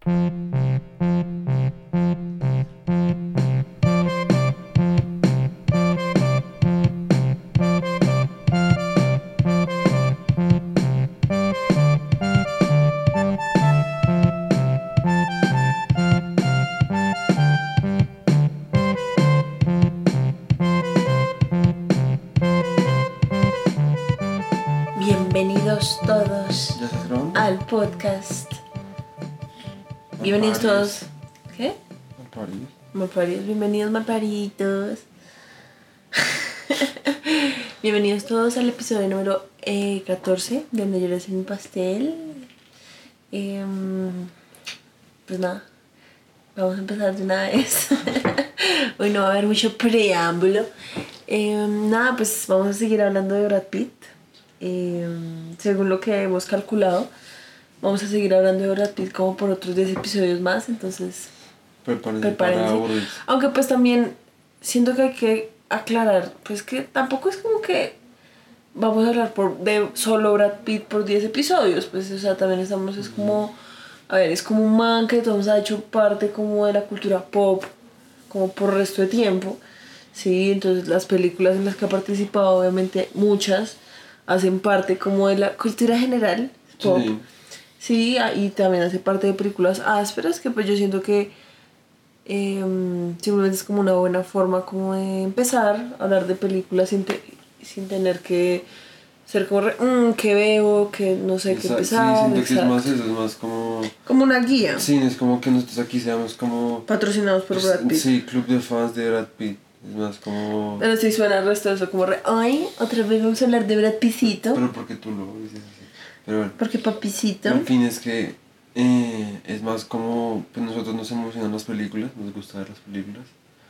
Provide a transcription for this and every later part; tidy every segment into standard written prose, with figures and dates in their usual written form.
Bienvenidos todos al podcast. Bienvenidos todos. ¿Qué? Malparidos. Bienvenidos, malparitos. Bienvenidos todos al episodio número 14 de Donde Lloras en mi pastel. Pues nada, vamos a empezar de una vez. Hoy no va a haber mucho preámbulo. Nada, pues vamos a seguir hablando de Brad Pitt. Según lo que hemos calculado, vamos a seguir hablando de Brad Pitt como por otros 10 episodios más, entonces prepárense. Aunque pues también siento que hay que aclarar, pues que tampoco es como que vamos a hablar de solo Brad Pitt por 10 episodios, pues o sea, también estamos, es como, a ver, es como un man que todos ha hecho parte como de la cultura pop, como por resto de tiempo, sí, entonces las películas en las que ha participado, obviamente muchas, hacen parte como de la cultura general pop. Sí, y también hace parte de películas ásperas que pues yo siento que simplemente es como una buena forma como de empezar a hablar de películas sin tener que ser como que veo, que no sé qué empezar. Sí, siento que es más eso, es más como una guía. Sí, es como que nosotros aquí seamos como patrocinados por Brad Pitt. Sí, club de fans de Brad Pitt. Es más como... Pero sí suena el resto de eso como ay, otra vez vamos a hablar de Brad Pittcito. Pero porque tú lo dices así. Pero bueno. Porque papicito. En fin, es que es más como... Pues nosotros nos emocionan las películas, nos gusta ver las películas.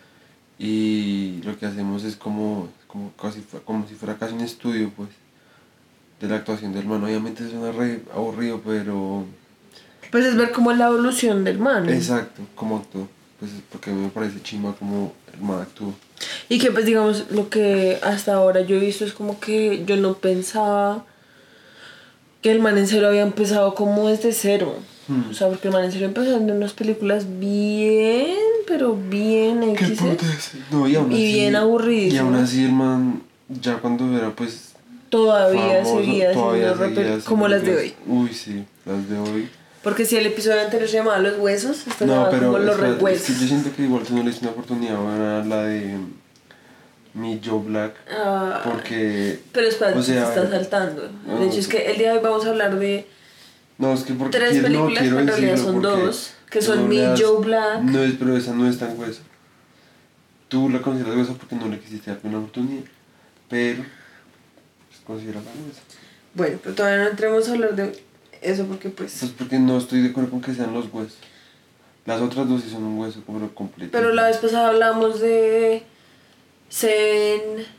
Y lo que hacemos es como si fuera casi un estudio, pues, de la actuación del man. Obviamente suena re aburrido, pero... Pues es ver como la evolución del man. Exacto, como actuó. Pues porque me parece chimba como el man actuó. Y que pues digamos lo que hasta ahora yo he visto es como que yo no pensaba que el man en serio había empezado como desde cero. O sea, porque el man en serio empezó en unas películas bien, pero bien X. No, y bien aburridísimas. Y aún así el man ya cuando era pues todavía famoso, seguía haciendo como las de hoy. Uy, sí, las de hoy. Porque si el episodio anterior se llamaba Los Huesos, esto no, pero como Los Rehuesos. Es que yo siento que igual tú no le diste una oportunidad a la de Mi Joe Black. Porque... Pero espérate, o sea, te estás saltando. De hecho, es que el día de hoy vamos a hablar de... No, es que porque 3 películas, pero en realidad son 2, que son Mi Joe Black. No es, pero esa no es tan hueso. Tú la consideras hueso porque no le quisiste dar una oportunidad, pero pues, considerala hueso. Bueno, pero todavía no entremos a hablar de eso porque pues... Pues porque no estoy de acuerdo con que sean los huesos. Las otras dos sí son un hueso como completo. Pero la vez pasada hablamos de Zen,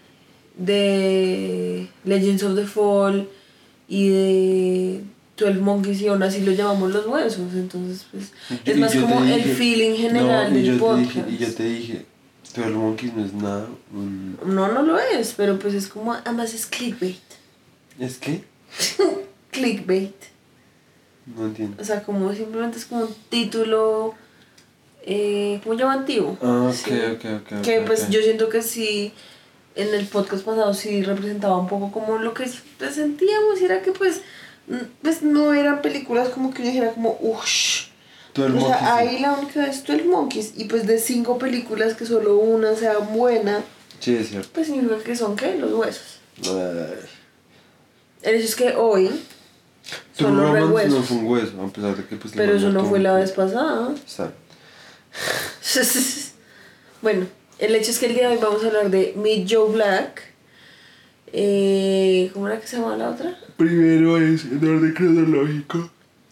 de Legends of the Fall y de 12 Monkeys y aún así lo llamamos los huesos. Entonces pues es más como el feeling general del podcast. Y yo te dije, 12 Monkeys no es nada. No lo es, pero pues es como, además es clickbait. ¿Es qué? Clickbait. No entiendo. O sea, como simplemente es como un título como llamativo. Ok. Que pues yo siento que sí, en el podcast pasado sí representaba un poco como lo que sentíamos, y era que pues no eran películas como que uno dijera como uff. O sea, ahí la única es 12 Monkeys, y pues de 5 películas que solo una sea buena. Sí, es cierto. Pues significa que son, ¿qué? Los huesos. El hecho es que hoy son los rehuesos. No fue un hueso, a pesar de que pues... Pero eso no fue la vez pasada. Está. Bueno, el hecho es que el día de hoy vamos a hablar de Meet Joe Black. ¿Cómo era que se llama la otra? Primero es, en orden cronológico,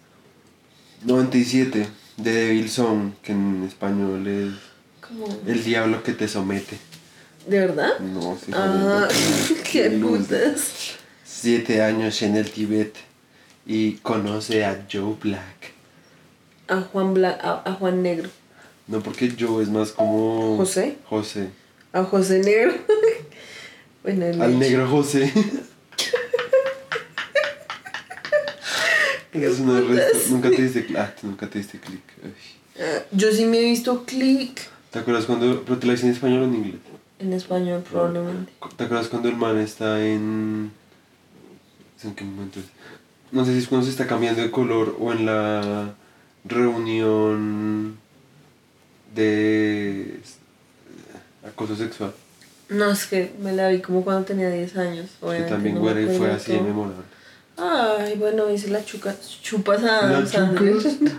97, de Devil Zone, que en español es... ¿Cómo? El diablo que te somete. ¿De verdad? No, sí. Qué putas. 7 años en el Tíbet y conoce a Joe Black. A Juan Negro. No, porque Joe es más como... ¿José? José. A José Negro. Bueno, al negro José. Es una resto. Nunca te diste click. Ah, tú nunca te diste click. Yo sí me he visto Click. ¿Te acuerdas cuando... ¿Pero te la hice en español o en inglés? En español, probablemente. ¿Te acuerdas cuando el man está en... ¿En qué momento es? No sé si es cuando se está cambiando de color o en la reunión de acoso sexual. No, es que me la vi como cuando tenía 10 años. Que también güera y fue así de memorable. Ay, bueno, dice la chupas a ¿La Sandler.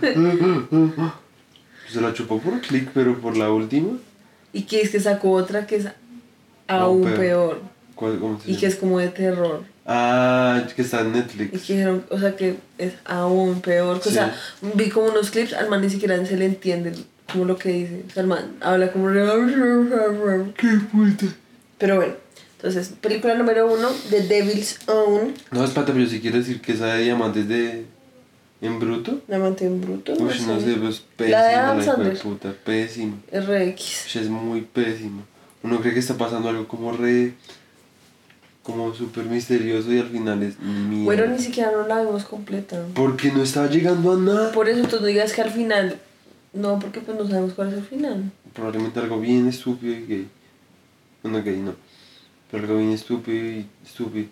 Se la chupó por Click, pero por la última. Y que es que sacó otra que es aún peor. ¿Cómo se llama? Y que es como de terror. Ah, que está en Netflix. Y que dijeron, o sea, que es aún peor. Sí. O sea, vi como unos clips, al man ni siquiera se le entiende como lo que dice. O sea, el man habla como... ¡Qué puta! Pero bueno, entonces, película número 1, The Devil's Own. No, espérate, pero si quiero decir que esa de Diamantes de... ¿En bruto? Diamante en bruto. Uy, no sé, pues pésima la de Adam Sandler. Puta, pésima. RX. Es muy pésima. Uno cree que está pasando algo como como súper misterioso y al final es mierda. Bueno, ni siquiera no la vimos completa. Porque no estaba llegando a nada. Por eso tú no digas que al final... No, porque pues no sabemos cuál es el final. Probablemente algo bien estúpido y gay. No, gay no. Pero algo bien estúpido y estúpido.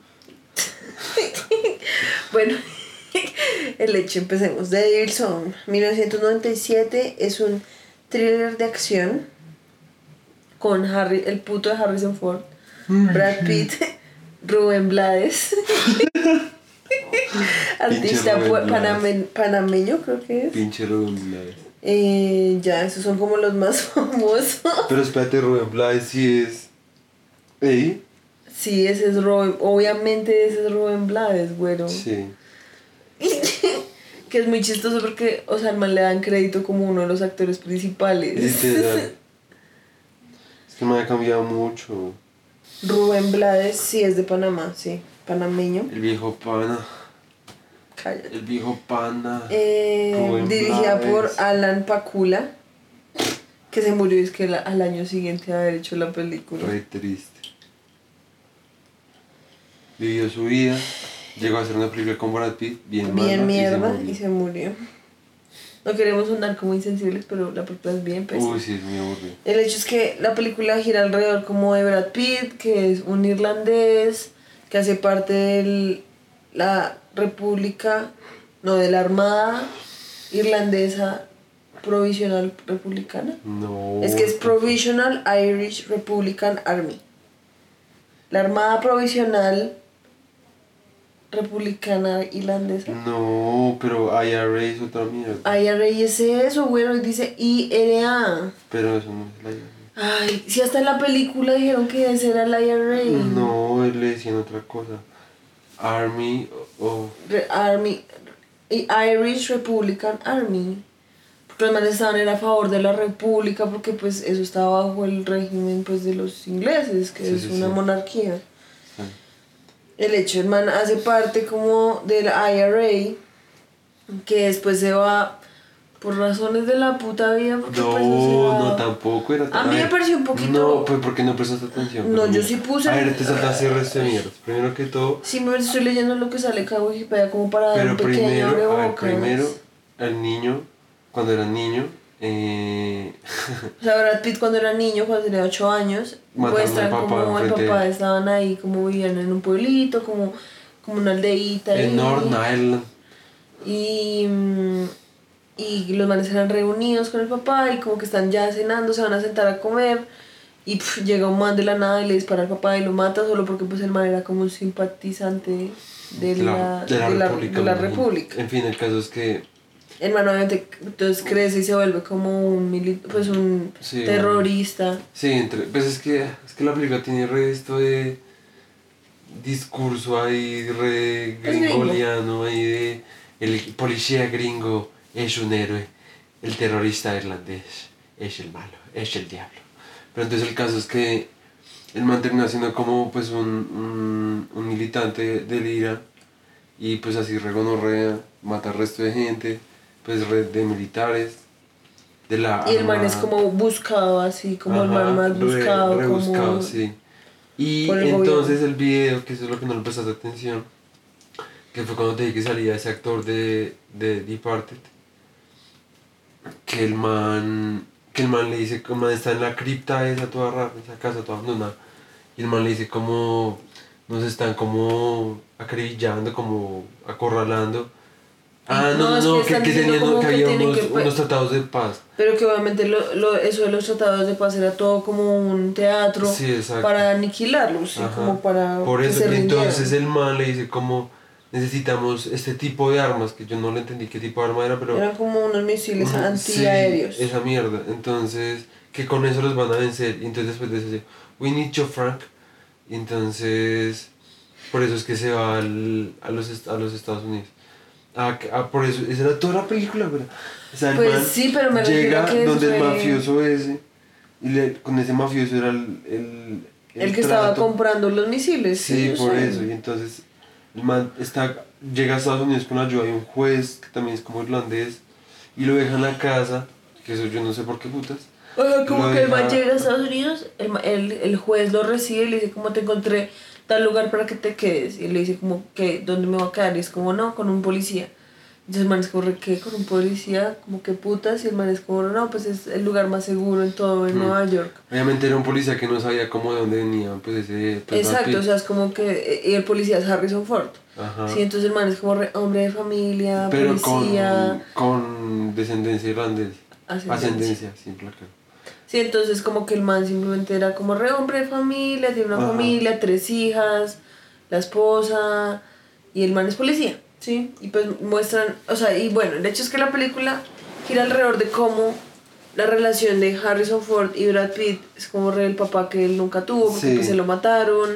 Bueno, el hecho, empecemos. The Devil's Own, 1997, es un thriller de acción con el puto de Harrison Ford, Brad Pitt, Rubén Blades, artista panameño, creo que es. Pinche Rubén Blades. Ya, esos son como los más famosos. Pero espérate, Rubén Blades sí es... ¿Ey? Sí, ese es Rubén, obviamente ese es Rubén Blades, güero. Sí. Que es muy chistoso porque, o sea, al man le dan crédito como uno de los actores principales. Literal. Es que me ha cambiado mucho. Rubén Blades sí es de Panamá, sí, panameño. El viejo pana. Cállate. El viejo pana. Dirigida por Alan Pakula, que se murió es que al año siguiente de haber hecho la película. Re triste. Vivió su vida, llegó a hacer una película con Brad Pitt, bien mierda, y se murió. No queremos sonar como insensibles, pero la película es bien pésima. Uy, sí, es muy aburrido. El hecho es que la película gira alrededor como de Brad Pitt, que es un irlandés, que hace parte de la república, no, de la Armada Irlandesa Provisional Republicana. No. Es que es Provisional Irish Republican Army. La Armada Provisional Republicana Irlandesa. No, pero IRA es otra mierda. IRA es eso, bueno, dice IRA. Pero eso no es la IRA. Ay, si hasta en la película dijeron que ese era el IRA. No, le decían otra cosa. Army of... Irish Republican Army. Porque los manes estaban a favor de la república porque pues eso estaba bajo el régimen pues de los ingleses, que sí, es una monarquía. Sí. El hecho, el man hace parte como del IRA, que después se va por razones de la puta vida. Porque no, pues, no, tampoco era... A mí me pareció un poquito... No, pues porque no prestaste atención. No, yo sí puse... A ver, te saltaste el resto de mierdas. Primero que todo... Sí, me estoy leyendo lo que sale acá en Wikipedia como para dar un pequeño primero, el niño, cuando era niño... O sea, Brad Pitt cuando era niño, cuando tenía 8 años, muestran como el papá estaban ahí, como vivían en un pueblito, como una aldeíta. En North Ireland. Y los manes eran reunidos con el papá y como que están ya cenando, se van a sentar a comer y llega un man de la nada y le dispara al papá y lo mata solo porque pues el man era como un simpatizante de la república. En fin, el caso es que el man obviamente entonces crece y se vuelve como un terrorista. Sí, pues es que la película tiene esto de discurso ahí re gringoliano, ahí de el policía gringo es un héroe, el terrorista irlandés es el malo, es el diablo. Pero entonces el caso es que el man termina siendo como pues un militante del IRA y pues así regonorrea, mata al resto de gente, pues de militares, de la y el man es como buscado así, como el man más buscado. Buscado, como... sí. Y entonces el video, que eso es lo que no le prestaste atención, que fue cuando te dije que salía ese actor de Departed, que el man le dice que el man está en la cripta esa toda rara, esa casa toda abandonada, y el man le dice como nos están como acribillando, como acorralando. Ah, no, No, no, es que no, que están diciendo teníamos, como que que había tienen que... unos tratados de paz. Pero que obviamente eso de los tratados de paz era todo como un teatro Sí, exacto. para aniquilarlos, ¿sí? Ajá. Como para Por que eso, se y rindieran. entonces el man le dice como necesitamos este tipo de armas, que yo no le entendí qué tipo de arma era, pero... Eran como unos misiles Sí, antiaéreos. esa mierda. Entonces, que con eso los van a vencer. Y entonces después de eso dice, we need you, Frank. Y entonces, por eso es que se va a los Estados Unidos. Por eso, esa era toda la película, pero... O sea, el Pues man sí, pero me refiero llega a que donde el fue mafioso ese, y con ese mafioso era el que estaba trato. comprando los misiles. Sí, yo por sé. eso. Y entonces, el man llega a Estados Unidos con ayuda de un juez, que también es como irlandés, y lo deja en la casa, que eso yo no sé por qué putas. O sea, como Lo que el man deja- llega a Estados Unidos, el juez lo recibe y le dice como te encontré tal lugar para que te quedes. Y le dice como que ¿dónde me voy a quedar? Y es como no, con un policía. Entonces el man es como ¿qué? ¿Con un policía? Como que putas. Y el man es como no, pues es el lugar más seguro en todo en Nueva York. Obviamente era un policía que no sabía cómo de dónde venía, pues ese... Pues, Brad Exacto, Pitt. o sea, es como que y el policía es Harrison Ford. Ajá. Sí, entonces el man es como hombre de familia, Pero policía, con descendencia irlandesa. ascendencia. Sin placa. Sí, entonces como que el man simplemente era como hombre de familia, tiene una Ajá. familia, 3 hijas, la esposa, y el man es policía, ¿sí? Y pues muestran, o sea, y bueno, el hecho es que la película gira alrededor de cómo la relación de Harrison Ford y Brad Pitt es como el papá que él nunca tuvo, porque Sí. pues, se lo mataron.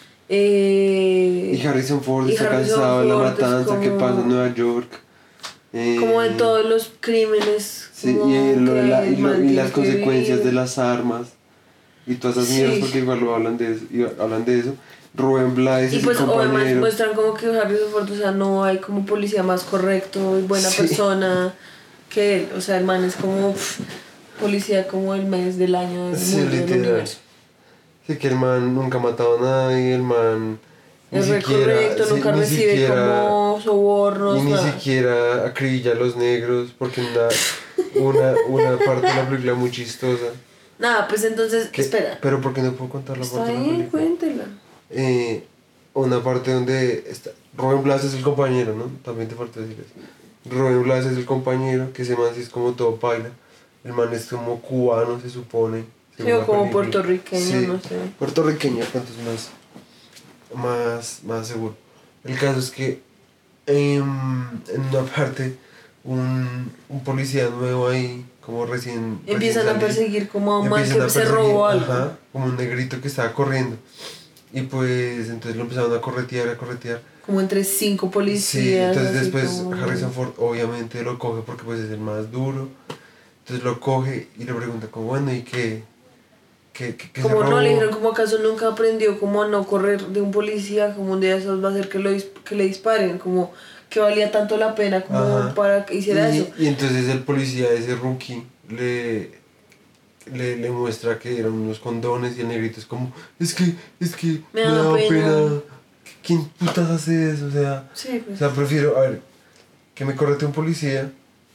Y Harrison Ford y está Harrison cansado de la Ford es matanza que como- pasa en Nueva York. Como de todos los crímenes. Sí, como que el man y tiene las que consecuencias vivir. de las armas y todas esas Sí. mierdas, porque igual lo hablan de eso. Hablan de eso. Rubén Blades Y es pues el además compañero. muestran como que Harrison Ford, o sea, no hay como policía más correcto y buena Sí. persona que él. O sea, el man es como policía como el mes del año del Sí, mundo, del literal. universo. Sí, que el man nunca ha matado a nadie, el man Es re correcto, sí, nunca ni recibe siquiera- como sobornos, y ni nada. siquiera acribilla a los negros, porque una parte de la película muy chistosa. Nada, pues entonces, que- espera. Pero ¿por qué no puedo contar la Está parte de la bien, película? cuéntela. Una parte donde está Rubén Blas es el compañero, ¿no? También te falta decir eso. Rubén Blas es el compañero, que ese man sí es como todo paila. El man es como cubano, se supone. Sí, según o la como película. puertorriqueño, Sí, no sé. puertorriqueño, ¿cuánto es más seguro? El caso es que en una parte un policía nuevo ahí, como recién Empiezan a salido, perseguir como a un man empiezan que a se perseguir, robó algo. ajá, como un negrito que estaba corriendo. Y pues entonces lo empezaron a corretear. Como entre 5 Sí, policías. entonces así después como- Harrison Ford obviamente lo coge porque pues es el más duro. Entonces lo coge y le pregunta como, bueno, ¿y qué se Como no robó? le dijeron, como acaso nunca aprendió como a no correr de un policía, como un día de esos va a hacer que le disparen, como que valía tanto la pena como Ajá. para que hiciera eso. Y entonces el policía, ese rookie, le muestra que eran unos condones y el negrito es como, es que Me me da da pena. pena. ¿Quién putas hace eso? Sí, pues. O sea, prefiero, a ver, que me correte un policía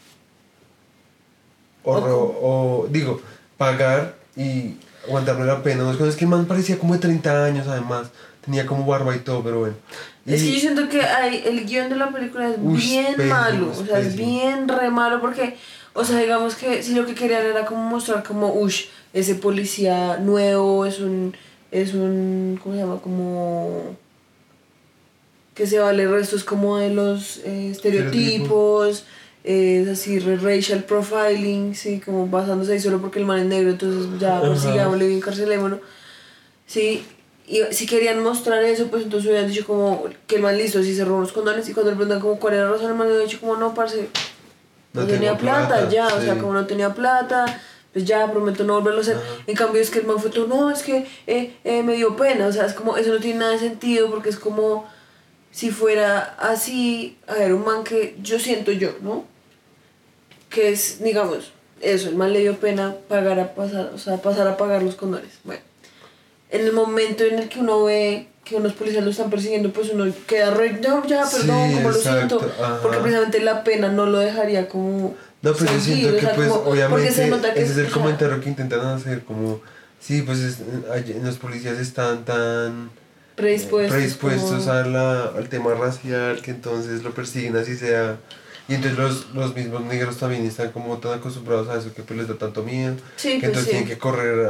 digo, pagar y aguantarme la pena. No es que el man parecía como de 30 años además, tenía como barba y todo, pero bueno. Es que Y- yo siento que el guión de la película es Uy, bien pésimo, malo, o sea, es pésimo. bien re malo porque, o sea, digamos que si lo que querían era como mostrar como, ese policía nuevo es un, ¿cómo se llama? Como que se vale restos como de los estereotipos, es así, racial profiling, sí, como basándose ahí solo porque el man es negro, entonces ya Ajá. persigámosle y encarcelémonos, sí. Y si querían mostrar eso, pues entonces hubieran dicho como que el man listo, si cerró unos condones y cuando le preguntan como cuál era la razón, el man le había dicho como no, parce, no tenía tengo plata, ya, o sí. sea, como no tenía plata, pues ya prometo no volverlo a hacer. Ajá. En cambio es que el man fue todo, no, es que me dio pena, o sea, es como, eso no tiene nada de sentido porque es como si fuera así, a ver, un man que yo siento yo, ¿no? Que es, digamos, eso, el man le dio pena pasar a pagar los condones. Bueno, en el momento en el que uno ve que unos policías lo están persiguiendo, pues uno queda no, ya, perdón, Sí, como lo exacto, siento, ajá. porque precisamente la pena no lo dejaría como No, pero yo seguir, siento o que sea, pues como, porque obviamente se nota que ese es el o sea, comentario que intentan hacer, como, sí, pues los policías están tan predispuestos como, al tema racial que entonces lo persiguen así sea. Y entonces los mismos negros también están como tan acostumbrados a eso que pues les da tanto miedo, sí, que pues entonces tienen sí, que correr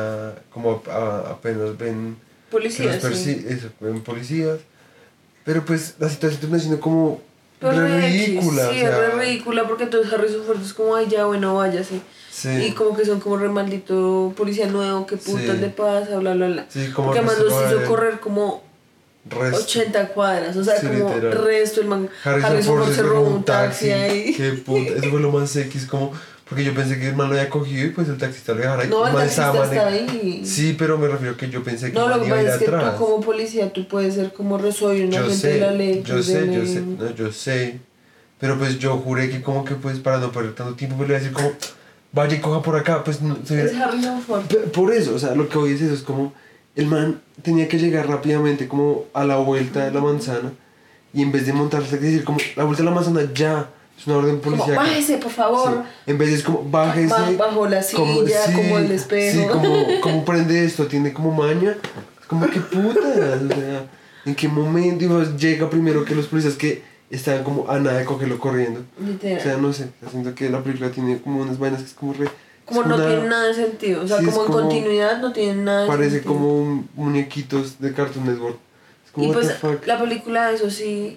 como apenas ven que los policía, sí. ven policías. Pero pues la situación termina siendo como Pero re re X, ridícula, o sí, es re sea, ridícula porque entonces Harrison Ford es como, ay, ya, bueno, váyase. Y sí, como que son como re maldito policía nuevo, que putas le sí, pasa, bla, bla, bla. sí, como Porque además los acostumbrado hizo a él, correr como resto, 80 cuadras, o sea, sí, como literal. resto, el man, Harrison Harrison Ford Ford se se robó robó un un taxi taxi, ahí. qué puta, eso fue lo más X, como, porque yo pensé que el man lo había cogido y pues el taxista lo dejara ahí, No, el man estaba taxista está manejando. ahí. Sí, pero me refiero que yo pensé que el No, lo man que iba a pasa ir es que tú atrás. como policía, tú puedes ser como soy un Yo agente de la sé, ley. yo Pues, sé, yo sé, no, yo sé. Pero pues yo juré que como que pues para no perder tanto tiempo pues le iba a decir como, vaya y coja por acá, pues no, se Es hubiera... Harrison Ford. Por eso, o sea, lo que hoy es eso, es como, el man tenía que llegar rápidamente como a la vuelta de la manzana y en vez de montarse, decir como, la vuelta de la manzana ya, es una orden Como, policíaca. bájese, por Sí. favor. En vez de es como, bájese. Bajo la Como, silla, sí, como el espejo. sí, como prende esto, tiene como maña. Es como, qué putas, o sea, ¿en qué momento llega primero que los policías que están como a nada de cogerlo corriendo? Literal. O sea, no sé, siento que la película tiene como unas vainas que es como re... Como es no una- tiene nada de sentido. O sea, sí, es como en como- continuidad no tiene nada de Parece sentido. como muñequitos de Cartoon Network. Es como, Y what the pues fuck. la película, eso sí,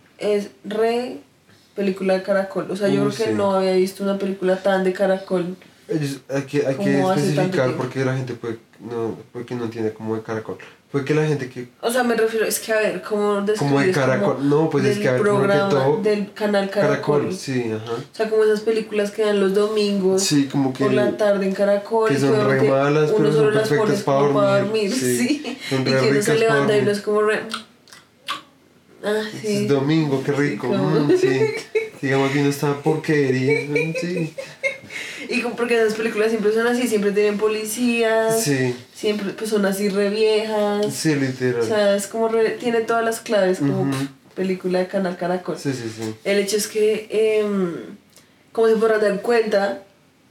es re película de caracol. O sea, yo creo que Sí. no había visto una película tan de caracol Hay que como hace tanto especificar tiempo. porque la gente puede que no entiende como de caracol. Puede que la gente que O sea, me refiero, es que a ver, ¿cómo como de describes caracol, no, pues es del que a ver, como que programa todo del canal Caracol? sí, ajá. O sea, como esas películas que dan los domingos Sí, como que por la tarde en Caracol. que y son re obviamente malas, uno pero solo son las pone perfectas para como para dormir. dormir, Sí, sí. son Y re que uno ricas se para levanta y uno dormir. es como re... Ah, sí. Es domingo, qué rico. como- Sí. Digamos que no está porquería. Sí. Y como porque esas películas siempre son así, siempre tienen policías, Sí. siempre pues son así re viejas. Sí, O literal. sea, es como tiene todas las claves como Ujú. película de Canal Caracol. Sí, sí, sí. El hecho es que, como se podrán dar cuenta,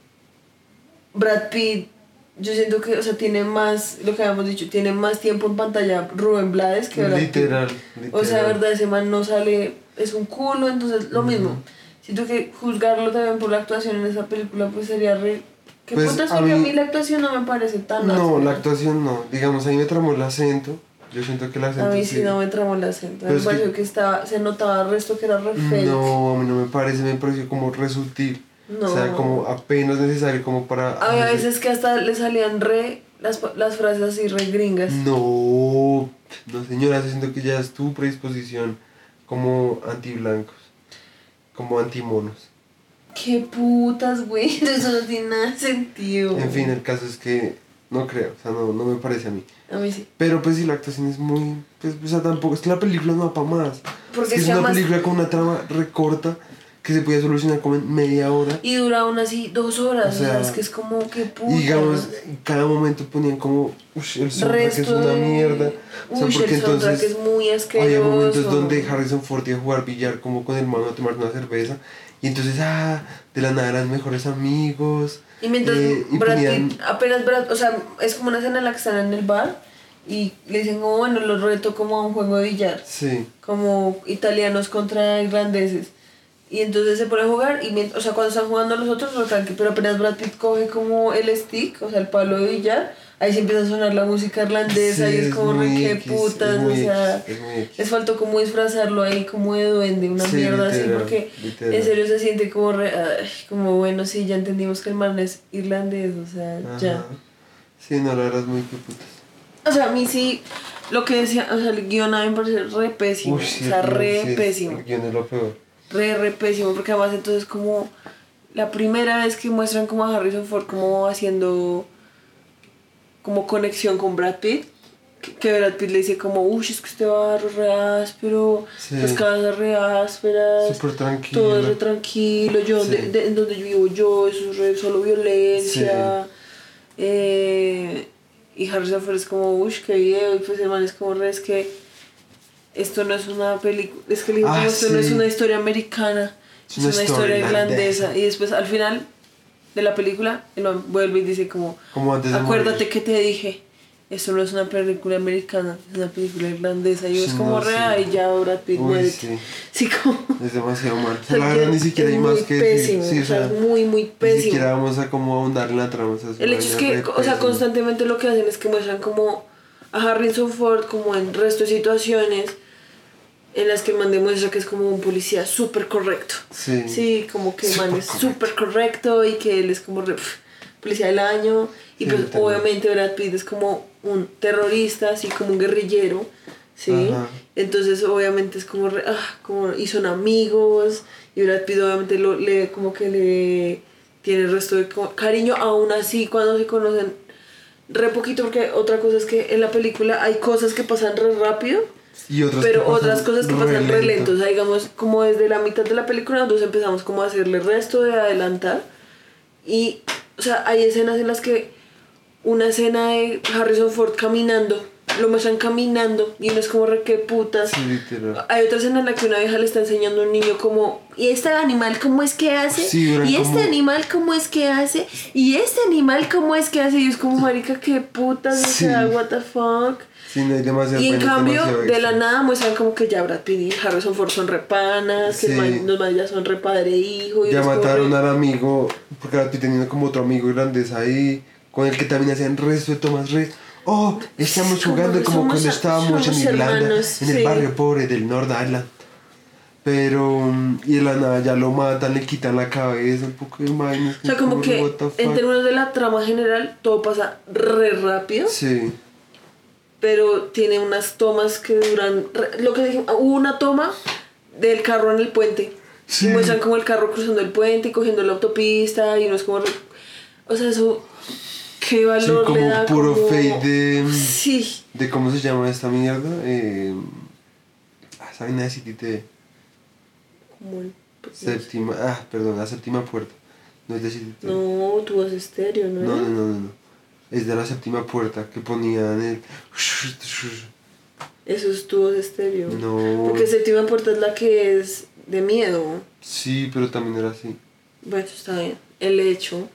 Brad Pitt, yo siento que, o sea, tiene más, lo que habíamos dicho, tiene más tiempo en pantalla Rubén Blades que Brad Pitt. Literal. O sea, de verdad, ese man no sale, es un culo, entonces lo mismo. Siento que juzgarlo también por la actuación en esa película, pues sería re... ¿Qué Pues, putas? a Porque a mí- mí la actuación no me parece tan No, áspera. la actuación no. Digamos, a mí me tramó el acento. Yo siento que el acento A mí sí no me tramó el acento. Pero Me es pareció que- que estaba, se notaba el resto que era re fake. No, a mí no me parece, me pareció como re sutil. No. O sea, como apenas necesario como para... A mí a veces que hasta le salían re las frases así re gringas. No, no señora, yo siento que ya es tu predisposición como antiblancos, como antimonos. Qué putas, güey. Eso no tiene nada de sentido. En fin, el caso es que no creo, o sea, no me parece a mí. A mí sí. Pero pues sí, la actuación es muy... Pues, o sea, tampoco, es que la película no va para más. Porque es es que es una además- película con una trama recorta que se podía solucionar como en media hora. Y dura aún así 2 horas. O sea, es que es como que putas. Y digamos, en cada momento ponían como, uff, el soundtrack es Resto una de- mierda. O sea, Uy, porque el soundtrack entonces es muy asqueroso. había momentos donde Harrison Ford iba a jugar billar como con el mano a tomar una cerveza. Y entonces, de la nada eran mejores amigos. Y mientras y Brad ponían- Pitt, apenas Brad, o sea, es como una escena en la que están en el bar y le dicen como, bueno, los reto como a un juego de billar, Sí, como italianos contra irlandeses. Y entonces se pone a jugar y, o sea, cuando están jugando los otros, lo tranqui, pero apenas Brad Pitt coge como el stick, o sea, el palo de billar, ahí se empieza a sonar la música irlandesa sí, y es como re muy que X, putas, es o muy sea, X, es muy X. les faltó como disfrazarlo ahí como de duende, una Sí, mierda así, literal, porque literal. en serio se siente como re, ay, como bueno, sí, ya entendimos que el man es irlandés, o sea, ya. Ajá. Sí, no, la verdad es muy que putas. O sea, a mí sí, lo que decía, o sea, el guion a mí me parece re pésimo, Uy, sí, o sea, el guion, re sí, pésimo. El guion es lo peor. Re pésimo, porque además entonces como la primera vez que muestran como a Harrison Ford como haciendo como conexión con Brad Pitt, que Brad Pitt le dice como, uy, es que este barro es re áspero, Sí. las casas re ásperas, Súper tranquilo. todo es re tranquilo, yo Sí. en donde yo vivo yo, eso es re solo violencia. Y Harrison Ford es como, uy, qué video. Y pues el man es como, es que esto no es una película. Es que le digo, como esto no es una historia americana. Es una historia irlandesa. Y después al final de la película, el man vuelve y dice como acuérdate que te dije. Esto no es una película americana, es una película irlandesa. Y es como real y ya Brad Pitt muere. Sí, como... Es demasiado mal. O sea, la verdad ni siquiera hay más que pésimo, decir. Sí, o sea, es muy, muy pésimo. Ni siquiera vamos a como ahondar en la trama. O sea, el hecho es que, o sea, constantemente lo que hacen es que muestran como a Harrison Ford como en resto de situaciones en las que el man demuestra que es como un policía súper correcto. Sí, como que el man es súper correcto y que él es como policía del año. Y sí, pues obviamente Brad Pitt es como un terrorista, así como un guerrillero, ¿sí? Ajá. Entonces obviamente es como, como y son amigos y Brad Pitt obviamente como que le tiene el resto de cariño, aún así cuando se conocen re poquito, porque otra cosa es que en la película hay cosas que pasan re rápido y pero otras cosas que pasan re lento. O sea, digamos, como desde la mitad de la película nosotros empezamos como a hacerle el resto de adelantar y, o sea, hay escenas en las que una escena de Harrison Ford caminando, lo muestran caminando y uno es como re que putas. Sí, literal. Hay otra escena en la que una vieja le está enseñando a un niño como, ¿y este animal cómo es que hace? Sí, ¿Y este animal cómo es que hace? ¿Y este animal cómo es que hace? Y es como, marica, qué putas, sí. O sea, what the fuck. Sí, no hay demasiado. Y en cambio, de la nada muestran como que ya Brad Pitt y Harrison Ford son repanas, sí. Que los más ya son repadre e hijo. Y ya mataron al amigo, porque Brad Pitt teniendo como otro amigo irlandés ahí, con el que también hacían resto de tomas estamos jugando como cuando estábamos en Irlanda, hermanos, en el barrio pobre del North Island. Pero, y de la nada ya lo matan, le quitan la cabeza, un poco de vainas. O sea, como que en términos de la trama general, todo pasa re rápido. Sí. Pero tiene unas tomas que duran... Lo que dije, hubo una toma del carro en el puente. Sí. Y muestran como el carro cruzando el puente y cogiendo la autopista y uno es como... O sea, eso... ¿Qué valor sí, como le da? Puro como... fake de... Sí. De ¿cómo se llama esta mierda? Esa vaina de City. Como el... Séptima... perdón, la séptima puerta. No es de City. No, tu voz estéreo, ¿no? No. Es de la séptima puerta que ponían el... Eso es tu voz estéreo. No. Porque séptima puerta es la que es de miedo. Sí, pero también era así. Bueno, está bien. El hecho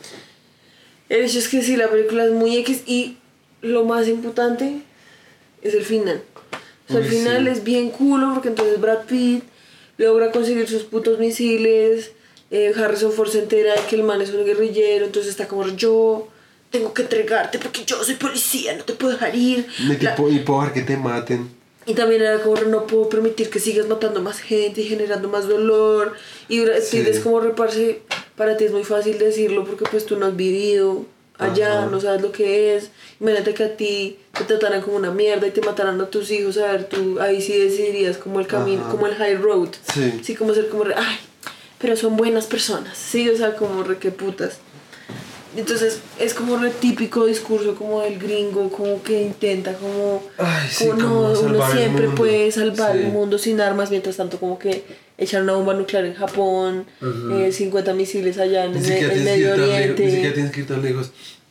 es que sí, la película es muy X y lo más importante es el final. O sea, el final es bien culo porque entonces Brad Pitt logra conseguir sus putos misiles. Harrison Ford se entera de que el man es un guerrillero, entonces está como yo tengo que entregarte porque yo soy policía, no te puedo dejar ir. Y puedo dejar que te maten. Y también era como, no puedo permitir que sigas matando más gente y generando más dolor. Y sí. Es como reparse, para ti es muy fácil decirlo porque pues tú no has vivido allá, ajá. No sabes lo que es. Imagínate que a ti te trataran como una mierda y te mataran a tus hijos, a ver, tú ahí sí decidirías como el camino, ajá. Como el high road. Sí, como ser como, ay, pero son buenas personas, sí, o sea, como re que putas. Entonces es como re típico discurso como del gringo, como que intenta como, sí, no, uno siempre puede salvar el mundo sin armas, mientras tanto como que echan una bomba nuclear en Japón, 50 misiles allá en el Medio Oriente. Ni siquiera tienes que ir tan lejos.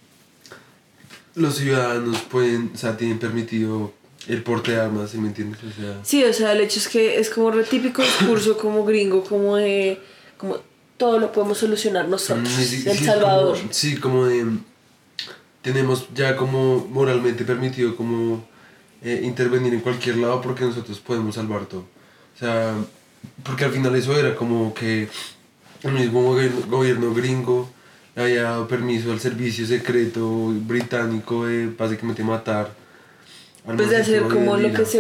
Los ciudadanos pueden, o sea, tienen permitido el porte de armas, ¿sí me entiendes? O sea... Sí, o sea, el hecho es que es como re típico discurso como gringo, como de... como todo lo podemos solucionar nosotros, El Salvador. Como de... Tenemos ya como moralmente permitido como intervenir en cualquier lado porque nosotros podemos salvar todo. O sea, porque al final eso era como que el mismo gobierno gringo había dado permiso al servicio secreto británico de básicamente matar. Pues de hacer como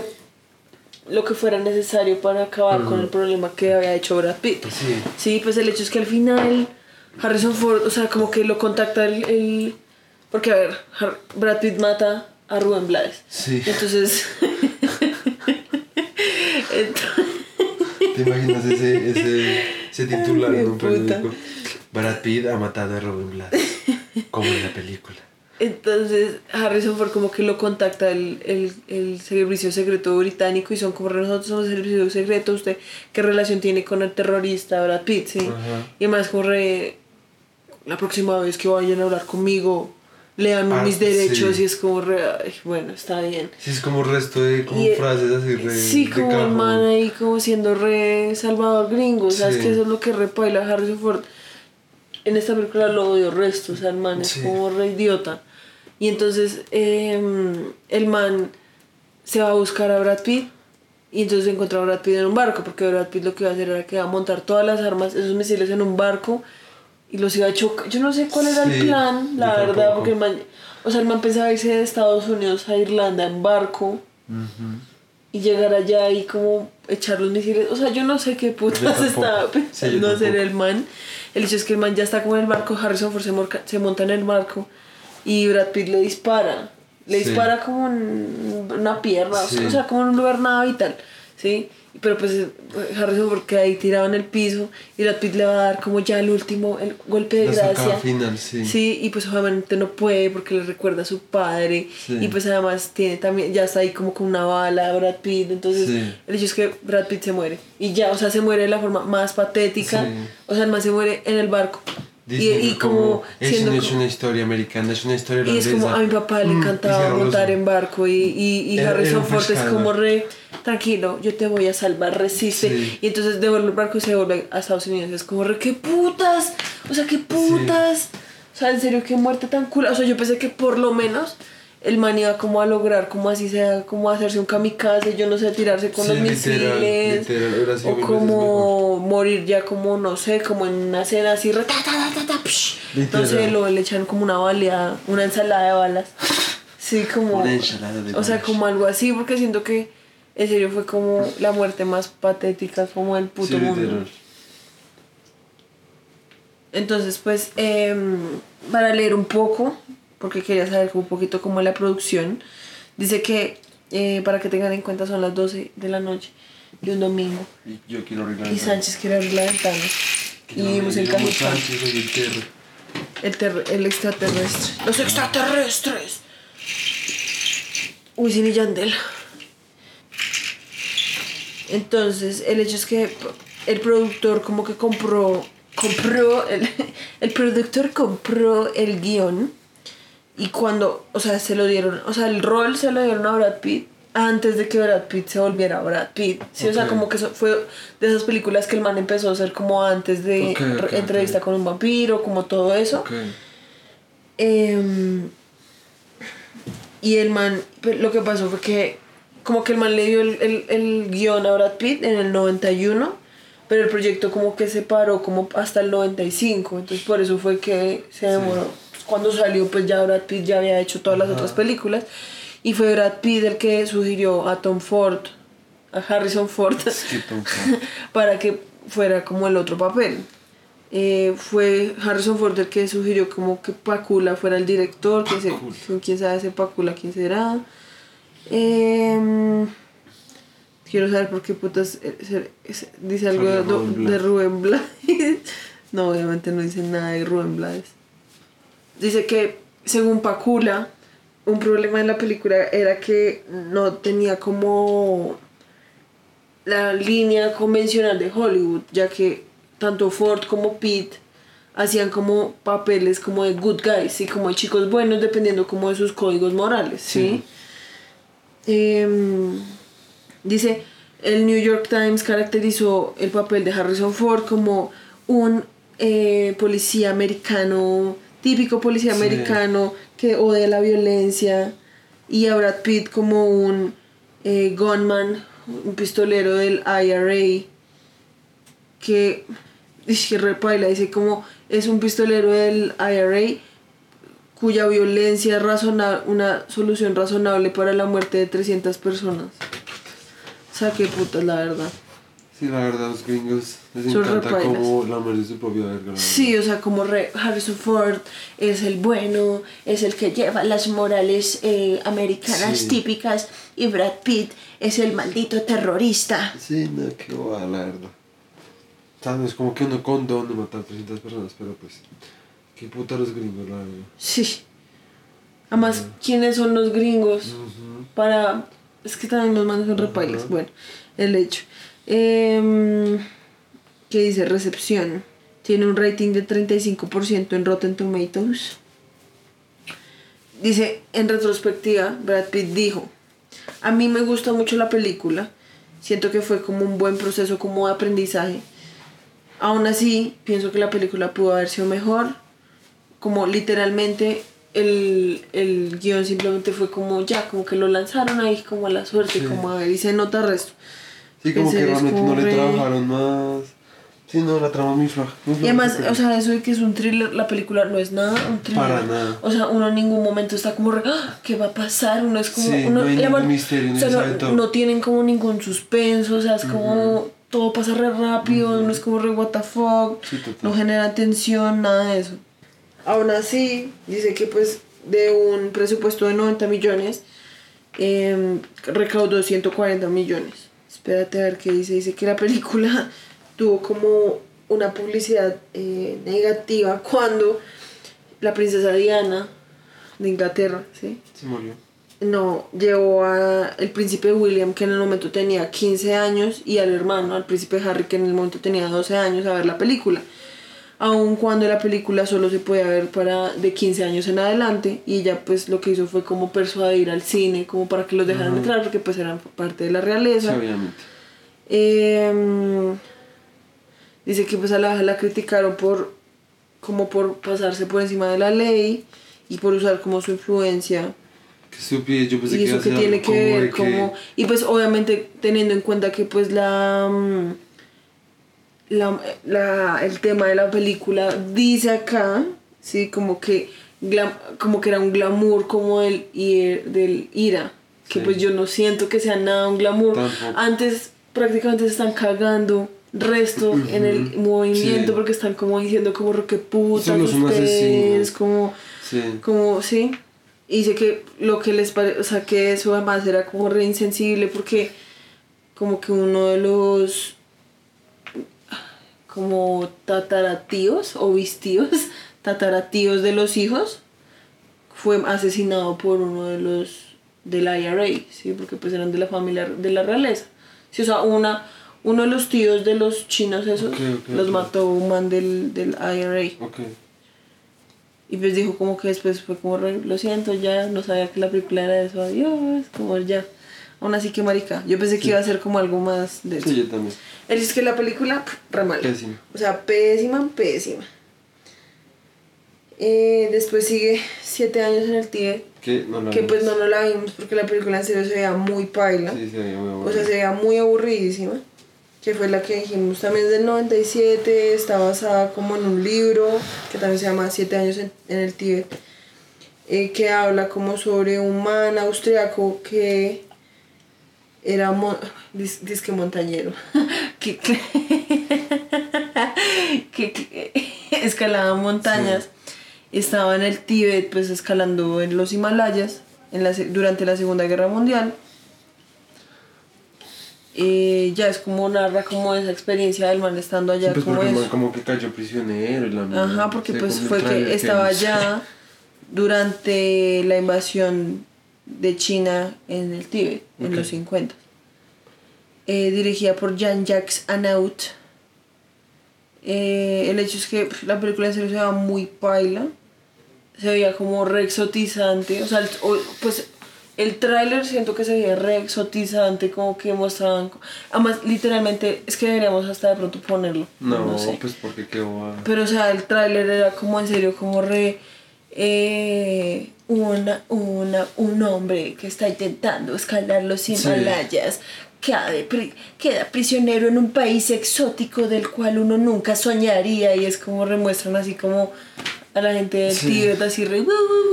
lo que fuera necesario para acabar con el problema que había hecho Brad Pitt. Sí, pues el hecho es que al final Harrison Ford, o sea, como que lo contacta porque a ver, Brad Pitt mata a Rubén Blades. Sí. Entonces... ¿Te imaginas ese titular en un periódico? Brad Pitt ha matado a Rubén Blades, como en la película. Entonces Harrison Ford como que lo contacta el servicio secreto británico y son como nosotros somos el servicio secreto, ¿usted qué relación tiene con el terrorista Brad Pitt? ¿Sí? Ajá. Y además como la próxima vez que vayan a hablar conmigo le dan mis derechos sí. y es como ay, bueno, está bien. Sí, es como resto de como frases así re sí, como de el man ahí como siendo re salvador gringo, ¿sabes? Que eso es lo que repaila Harrison Ford. En esta película lo odio resto, o sea, el man es como re idiota. Y entonces el man se va a buscar a Brad Pitt y entonces encuentra a Brad Pitt en un barco, porque Brad Pitt lo que iba a hacer era que iba a montar todas las armas, esos misiles en un barco y los iba a chocar. Yo no sé cuál era el plan, la verdad, tampoco. Porque el man pensaba irse de Estados Unidos a Irlanda en barco y llegar allá y como echar los misiles. O sea, yo no sé qué putas estaba pensando hacer el man. El hecho es que el man ya está como en el barco, Harrison Ford se monta en el barco y Brad Pitt le dispara. Le dispara como en una pierna, o sea, como en un lugar nada vital, ¿sí? Pero pues Harrison Ford queda ahí tirado en el piso y Brad Pitt le va a dar como ya el último el golpe de gracia. Final, sí, y pues obviamente no puede porque le recuerda a su padre y pues además tiene también, ya está ahí como con una bala Brad Pitt, entonces el hecho es que Brad Pitt se muere y ya, o sea, se muere de la forma más patética, o sea, el man se muere en el barco. Y como eso no es una historia americana, es una historia irlandesa. Y es como a mi papá le encantaba montar en barco y Harrison Ford es como re tranquilo, yo te voy a salvar, resiste. Y entonces devuelve el barco y se devuelve a Estados Unidos. Es como re, qué putas, o sea, qué putas. O sea, en serio, qué muerte tan cool. O sea, yo pensé que por lo menos el man iba como a lograr, como así sea, como hacerse un kamikaze, yo no sé, tirarse con los misiles, o como morir ya como, no sé, como en una escena así, no sé, le echan como una baleada, una ensalada de balas, sí, como, una ensalada de balas. O sea, como algo así, porque siento que en serio fue como la muerte más patética como del puto mundo. Entonces, pues, para leer un poco, porque quería saber un poquito cómo es la producción, dice que, para que tengan en cuenta, son las 12 de la noche de un domingo. Y yo quiero arreglar y Sánchez quiere abrir la ventana. Y vivimos en Cajita. El extraterrestre. ¡Los extraterrestres! Wisin y Yandel. Entonces, el hecho es que el productor como que el productor compró el guión y cuando, o sea, se lo dieron, o sea, el rol se lo dieron a Brad Pitt antes de que Brad Pitt se volviera Brad Pitt, sí, o sea, como que eso fue de esas películas que el man empezó a hacer como antes de Entrevista con un vampiro, como todo eso. Y el man, lo que pasó fue que como que el man le dio el guión a Brad Pitt en el 91, pero el proyecto como que se paró como hasta el 95, entonces por eso fue que se demoró. Cuando salió, pues ya Brad Pitt ya había hecho todas las otras películas y fue Brad Pitt el que sugirió a Tom Ford, a Harrison Ford, para que fuera como el otro papel. Fue Harrison Ford el que sugirió como que Pakula fuera el director, quién sabe ese Pakula, quién será. Quiero saber por qué putas dice algo de Rubén Blades. No, obviamente no dice nada de Rubén Blades. Dice que según Pakula, un problema de la película era que no tenía como la línea convencional de Hollywood, ya que tanto Ford como Pitt hacían como papeles como de good guys, ¿sí? Como de chicos buenos, dependiendo como de sus códigos morales, ¿sí? Dice, el New York Times caracterizó el papel de Harrison Ford como un policía americano, típico policía americano que odia la violencia, y a Brad Pitt como un gunman, un pistolero del IRA, que repaila, dice como es un pistolero del IRA cuya violencia es una solución razonable para la muerte de 300 personas. O sea, qué putas, la verdad. Sí, la verdad, los gringos les encanta como la muerte de su propia verga. Sí, o sea, como Harrison Ford es el bueno, es el que lleva las morales americanas típicas, y Brad Pitt es el maldito terrorista. Sí, no, qué guay, la verdad. O sea, no es como que uno condone matar 300 personas, pero pues, qué puta los gringos, la verdad. Sí. Además, ¿quiénes son los gringos? Para... Es que también los manos son repailes. Bueno, el hecho. ¿Qué dice? Recepción. Tiene un rating de 35% en Rotten Tomatoes. dice, en retrospectiva, Brad Pitt dijo, a mí me gusta mucho la película, siento que fue como un buen proceso como de aprendizaje. Aún así, pienso que la película pudo haber sido mejor, como literalmente el guión simplemente fue como ya, como que lo lanzaron ahí como a la suerte, Sí. como a ver y se nota el resto. Sí, como que Ese es realmente como no le re- trabajaron más. Sí, no, la trama es muy floja. Muy Y floja además, esa película. o sea, eso de que es un thriller, la película no es nada un thriller. Para nada. O sea, uno en ningún momento está como ¡ah! ¿Qué va a pasar? Uno es como... Sí, uno, no hay y ningún además, misterio, o no sea, se sabe todo. no tienen como ningún suspenso, o sea, es como... Todo pasa re rápido, uno es como re what the fuck, Sí, total. no genera tensión, nada de eso. Aún así, dice que pues de un presupuesto de 90 millones, recaudó 140 millones. Espérate a ver qué dice. Dice que la película tuvo como una publicidad negativa cuando la princesa Diana de Inglaterra, ¿sí? Se murió. No, llevó a el príncipe William, que en el momento tenía 15 años, y al hermano, al príncipe Harry, que en el momento tenía 12 años, a ver la película. Aun cuando la película solo se podía ver para de 15 años en adelante, y ella pues lo que hizo fue como persuadir al cine, como para que los dejaran entrar, porque pues eran parte de la Sí, realeza. obviamente. Dice que pues a la criticaron como por pasarse por encima de la ley y por usar como su influencia. Qué estupidez, yo pensé Y que iba eso a que ser tiene algo que como ver de como... Y pues obviamente teniendo en cuenta que pues el tema de la película dice acá, sí, como que como que era un glamour como del ira, que Sí. pues yo no siento que sea nada un glamour. Tampoco. Antes prácticamente se están cagando resto en el movimiento, Sí. porque están como diciendo como que putas Solo son ustedes, asesinos. Sí. como sí. Y sé que lo que les parece, o sea, que eso además era como re insensible porque como que uno de los como tataratíos o vistíos, tataratíos de los hijos fue asesinado por uno de los del IRA, sí, porque pues eran de la familia de la realeza. Sí, o sea, uno de los tíos de los chinos esos los mató un man del IRA. Ok. Y pues dijo como que después fue como lo siento, ya no sabía que la película era eso, adiós, como ya. Aún así que marica, yo pensé que iba a ser como algo más de eso. Sí, yo también. Él dice que la película, re mala. Pésima. O sea, pésima, pésima. Después sigue 7 años en el Tíbet, Que no la que pues vimos. no la vimos porque la película en serio se veía muy paila. Sí, se veía muy O bueno. sea, se veía muy aburridísima. Que fue la que dijimos también es del 97, está basada como en un libro que también se llama 7 años en el Tíbet, que habla como sobre un man austriaco que era disque montañero, que, que escalaba montañas, estaba en el Tíbet pues escalando en los Himalayas durante la Segunda Guerra Mundial. Ya es como narra como esa experiencia del man estando allá, Pues como porque el man eso. como que cayó prisionero y la mierda. Ajá, porque Sí, pues como el fue tráiler que estaba vimos. allá durante la invasión de China en el Tíbet, en Ok. los 50. Dirigida por Jean-Jacques Annaud. El hecho es que la película en serio se veía muy paila. Se veía como re exotizante. O sea, pues el tráiler siento que se veía re exotizante, como que mostraban... Además, literalmente, es que deberíamos hasta de pronto ponerlo. No, sé. pues porque qué boba. Pero, o sea, el tráiler era como en serio, como re... un hombre que está intentando escalar los Himalayas queda prisionero en un país exótico del cual uno nunca soñaría, y es como remuestran así como a la gente del Tíbet así re...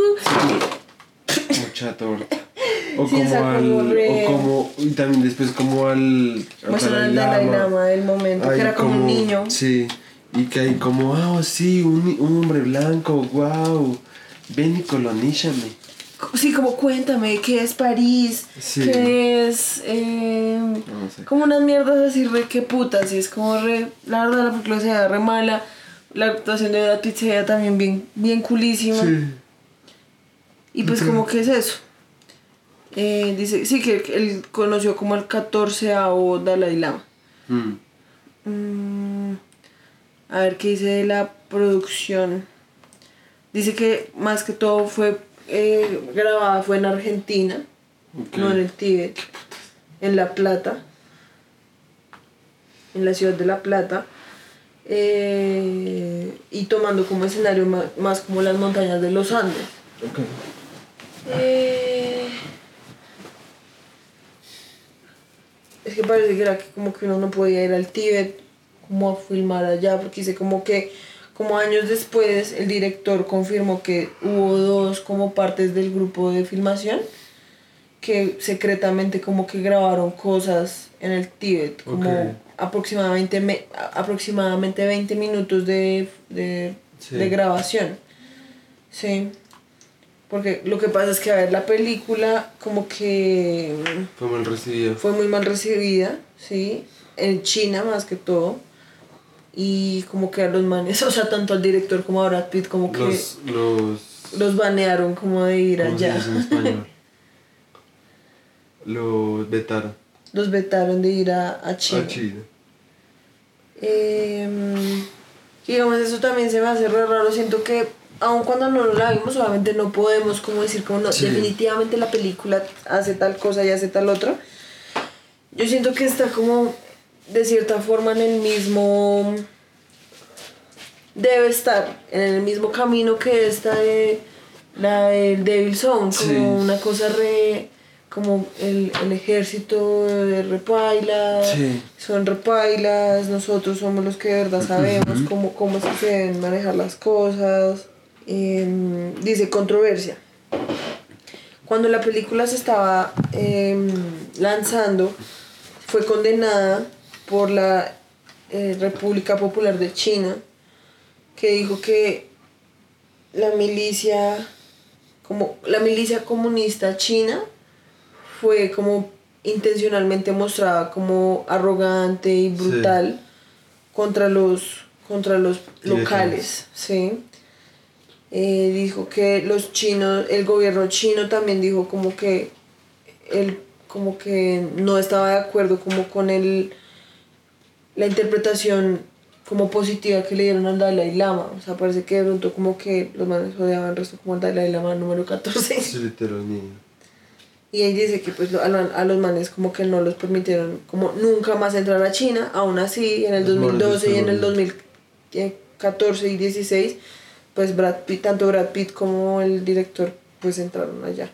Mucha torta. O Sí, como o sea, como al. re- O como. Y también después como al. Muestran al Dalai Lama del momento, que Ahí era como un niño. Sí. Y que hay como, sí, un hombre blanco, wow. Ven y colonízame. Sí, como cuéntame, ¿qué es París? Sí. ¿Qué es...? No sé. Como unas mierdas así re que putas, y es como re... La verdad la película se veía re mala, la actuación de Brad Pitt se veía también bien culísima. Sí. Y pues como que es eso. Dice, sí, que él conoció como el 14º Dalai Lama. A ver qué dice de la producción. Dice que más que todo fue grabada fue en Argentina, no en el Tíbet, en La Plata, en la ciudad de La Plata, y tomando como escenario más como las montañas de los Andes. Okay. Es que parece que era que como que uno no podía ir al Tíbet como a filmar allá, porque dice como que como años después el director confirmó que hubo dos como partes del grupo de filmación que secretamente como que grabaron cosas en el Tíbet, como aproximadamente 20 minutos de grabación. Sí. Porque lo que pasa es que, a ver, la película como que fue mal recibida. Fue muy mal recibida, sí, en China más que todo. Y como que a los manes, o sea, tanto al director como a Brad Pitt como que los banearon como de ir allá. ¿Cómo se dice en español? Los vetaron. Los vetaron de ir a China. A China. Digamos, eso también se me hace re raro. Siento que aun cuando no la vimos, obviamente no podemos como decir como no, definitivamente la película hace tal cosa y hace tal otro. Yo siento que está como de cierta forma en el mismo, debe estar en el mismo camino que esta de la del Devil Zone, como una cosa como el ejército de repailas, son repailas, nosotros somos los que de verdad sabemos cómo se deben manejar las cosas. Dice controversia. Cuando la película se estaba lanzando, fue condenada por la República Popular de China, que dijo que la milicia comunista china fue como intencionalmente mostrada como arrogante y brutal contra los locales, ¿sí? Dijo que los chinos, el gobierno chino también dijo como que no estaba de acuerdo como con la interpretación como positiva que le dieron al Dalai Lama. O sea, parece que de pronto como que los manes odiaban el resto como el Dalai Lama número 14. Sí, literal, niño. Y él dice que pues a los manes como que no los permitieron como nunca más entrar a China. Aún así, en el 2012 y en el 2014 y 16, pues tanto Brad Pitt como el director pues entraron allá.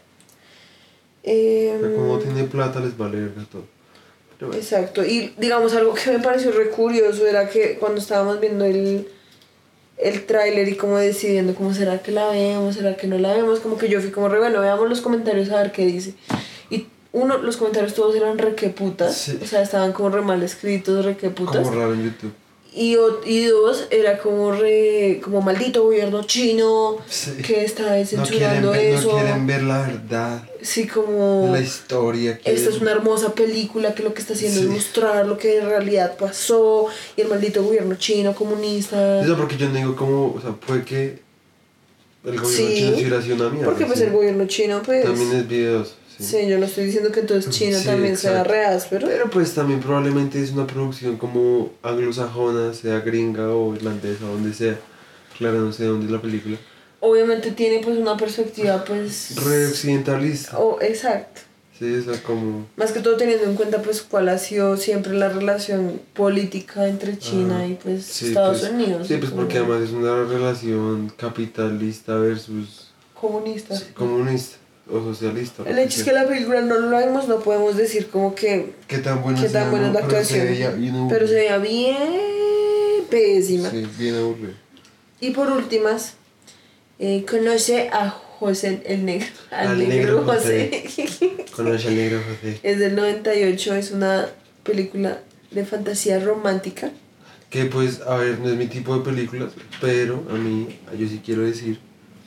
Como tiene plata les vale verga todo. Bueno. Exacto, y digamos algo que me pareció re curioso era que cuando estábamos viendo el tráiler y como decidiendo cómo será que la vemos, será que no la vemos, como que yo fui como re bueno, veamos los comentarios a ver qué dice. Y los comentarios todos eran re que putas, o sea, estaban como re mal escritos, re que putas. Como raro en YouTube. Y dos, era como maldito gobierno chino que está censurando eso. No quieren ver la verdad. Sí, como la historia. Esta es una hermosa película que lo que está haciendo es mostrar lo que en realidad pasó. Y el maldito gobierno chino comunista. Eso porque yo no digo como, o sea, puede que el gobierno chino sí hubiera sido una mierda. Porque pues el gobierno chino pues también es videos. Sí, yo no estoy diciendo que entonces China también sea re áspero. Pero pues también probablemente es una producción como anglosajona, sea gringa o irlandesa, donde sea. Claro, no sé dónde es la película. Obviamente tiene pues una perspectiva pues re occidentalista. Exacto. Sí, o sea, como más que todo teniendo en cuenta pues cuál ha sido siempre la relación política entre China y pues Estados Unidos. Sí, pues porque además es una relación capitalista versus comunista. Sí, comunista. O socialista. El hecho es que la película no lo vimos, no podemos decir como que qué tan buena es la actuación. Pero se veía bien pésima. Sí, bien aburrido. Y por últimas, conoce a José el Negro. Al negro José. Conoce al negro José. Es del 98, es una película de fantasía romántica. Que pues, a ver, no es mi tipo de películas, pero yo sí quiero decir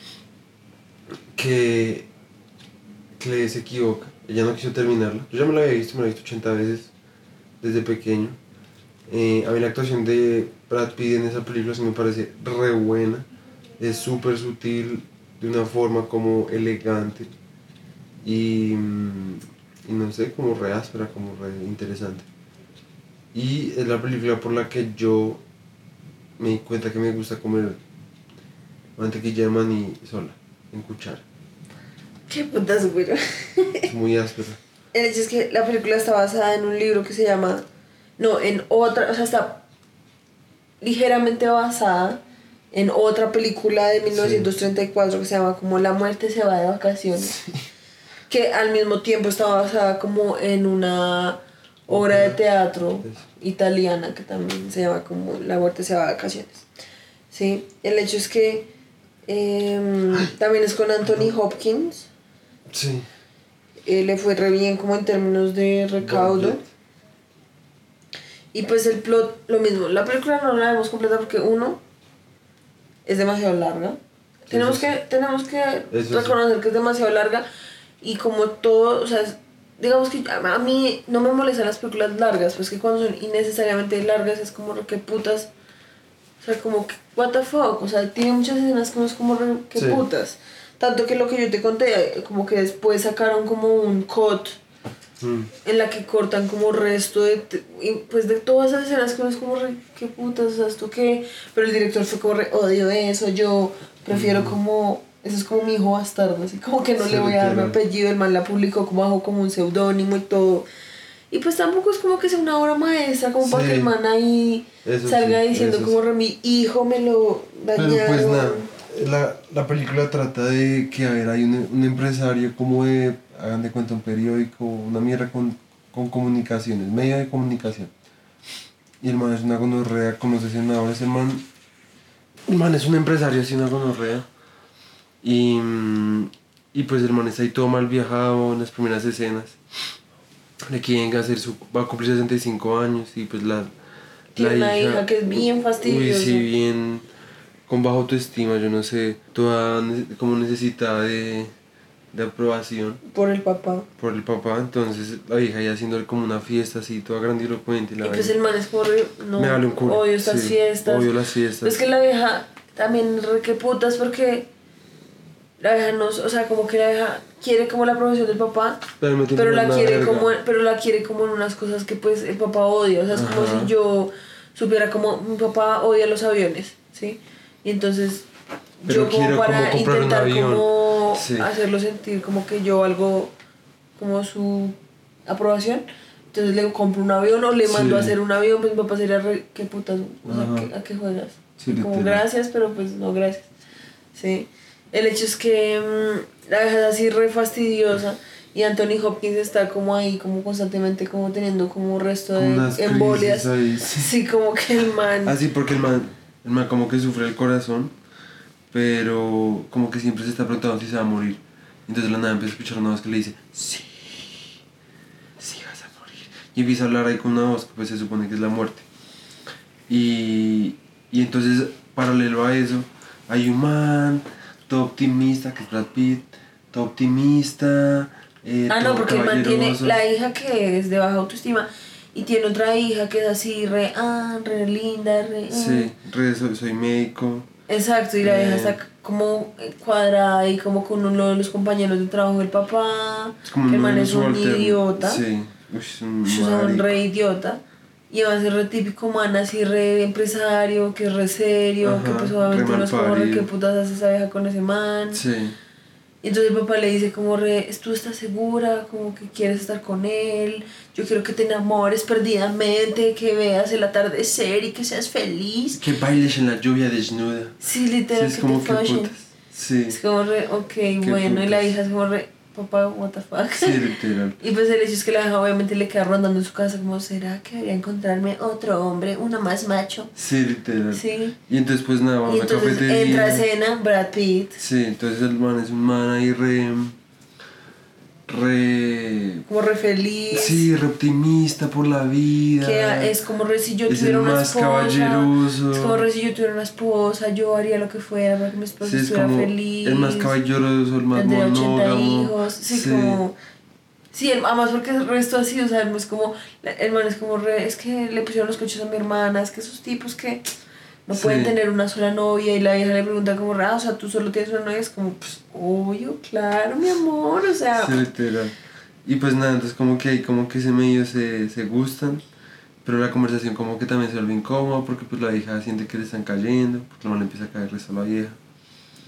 que Clea se equivoca, ella no quiso terminarla. Yo ya me la había visto 80 veces desde pequeño. A mí la actuación de Brad Pitt en esa película se me parece re buena. Es súper sutil, de una forma como elegante y no sé, como re áspera, como re interesante. Y es la película por la que yo me di cuenta que me gusta comer mantequilla de maní sola, en cuchara. Qué putas, güero. Es muy áspero. El hecho es que la película está basada en un libro que se llama... No, en otra... O sea, está ligeramente basada en otra película de 1934 que se llama como La muerte se va de vacaciones. Sí. Que al mismo tiempo está basada como en una obra de teatro italiana que también se llama como La muerte se va de vacaciones. Sí, el hecho es que también es con Anthony Hopkins. Sí. Le fue re bien como en términos de recaudo. Y pues el plot, lo mismo. La película no la vemos completa porque uno, es demasiado larga. Tenemos que reconocer que es demasiado larga. Y como todo, o sea, digamos que a mí no me molestan las películas largas, pues que cuando son innecesariamente largas es como que putas. O sea, como que, what the fuck, o sea, tiene muchas escenas que es como que putas. Tanto que lo que yo te conté, como que después sacaron como un cut en la que cortan como resto de, pues de todas esas escenas que es como qué putas, o sea, esto qué. Pero el director fue como odio eso, yo prefiero como, eso es como mi hijo bastardo, así como que no le voy a dar mi apellido, el man la publicó como bajo como un seudónimo y todo. Y pues tampoco es como que sea una obra maestra, como para que el man ahí salga diciendo como mi hijo me lo dañaron. Pero pues nada, la película trata de que, a ver, hay un empresario como de, hagan de cuenta, un periódico, una mierda con comunicaciones, medio de comunicación. Y el man es una gonorrea con los senadores, el man es un empresario así, una gonorrea. Y pues el man está ahí todo mal viajado en las primeras escenas. Le quieren hacer va a cumplir 65 años y pues tiene una hija que es bien fastidiosa. Uy, sí, bien con baja autoestima, yo no sé, toda como necesitada de aprobación. Por el papá. Entonces la hija ya haciéndole como una fiesta así, toda grandilocuente. Y pues el man es como no, me vale un culo. Odio estas fiestas. Odio las fiestas. Es que la vieja también que putas porque la vieja no, o sea, como que la vieja quiere como la aprobación del papá, pero la quiere como en unas cosas que pues el papá odia, o sea, es como si yo supiera como mi papá odia los aviones, ¿sí? Y entonces pero yo como para intentar como sí. hacerlo sentir como que yo algo como su aprobación, entonces le compro un avión o le mando a hacer un avión, pues mi papá sería qué putas, o sea, ¿a qué juegas? Sí, como gracias, pero pues no gracias, ¿sí? El hecho es que la vieja es así re fastidiosa y Anthony Hopkins está como ahí, como constantemente como teniendo como resto de embolias. Ahí, sí, como que el man... Ah, sí, porque el man como que sufre el corazón, pero como que siempre se está preguntando si se va a morir. Entonces la nada empieza a escuchar una voz que le dice, sí vas a morir. Y empieza a hablar ahí con una voz que pues se supone que es la muerte. Y entonces, paralelo a eso, hay un man... todo optimista, que es Brad Pitt, todo optimista. No, porque el man tiene la hija que es de baja autoestima y tiene otra hija que es así re linda, Sí, soy médico. Exacto, y la hija está como cuadrada y como con uno de los compañeros de trabajo del papá, que el man es un idiota. Sí, es un re idiota. Y va a ser re típico man, así re empresario, que es re serio, que pues obviamente no es como re qué putas hace esa vieja con ese man. Sí. Y entonces el papá le dice como re, ¿tú estás segura? Como que quieres estar con él, yo quiero que te enamores perdidamente, que veas el atardecer y que seas feliz. Que bailes en la lluvia desnuda. Sí, literal, sí, es como que putas. Sí. Es como re, ok, bueno, putas. Y la hija es como re... papá, what the fuck. Sí, literal. Y pues el hecho es que la hija obviamente le queda rondando en su casa como, ¿será que debería encontrarme otro hombre, uno más macho? Sí, literal. Sí. Y entonces pues nada, vamos a la cafetería. Entra a escena Brad Pitt. Sí, entonces el man es un man ahí como re feliz. Sí, re optimista por la vida. Que es como re si yo tuviera una esposa. Caballeroso. Es como re si yo tuviera una esposa, yo haría lo que fuera para que mi esposa estuviera feliz. El más caballeroso, el más monógamo. 80 hijos, sí. Como... Sí, además porque el resto así, o sea, es como, el man es como re, es que le pusieron los coches a mi hermana, es que esos tipos que no pueden tener una sola novia, y la vieja le pregunta como, o sea, tú solo tienes una novia, es como, pues, obvio, claro, mi amor, o sea. Sí, literal. Y pues nada, entonces como que ahí como que ese medio se gustan, pero la conversación como que también se vuelve incómoda porque pues la vieja siente que le están cayendo, porque no le empieza a caer resto a la vieja.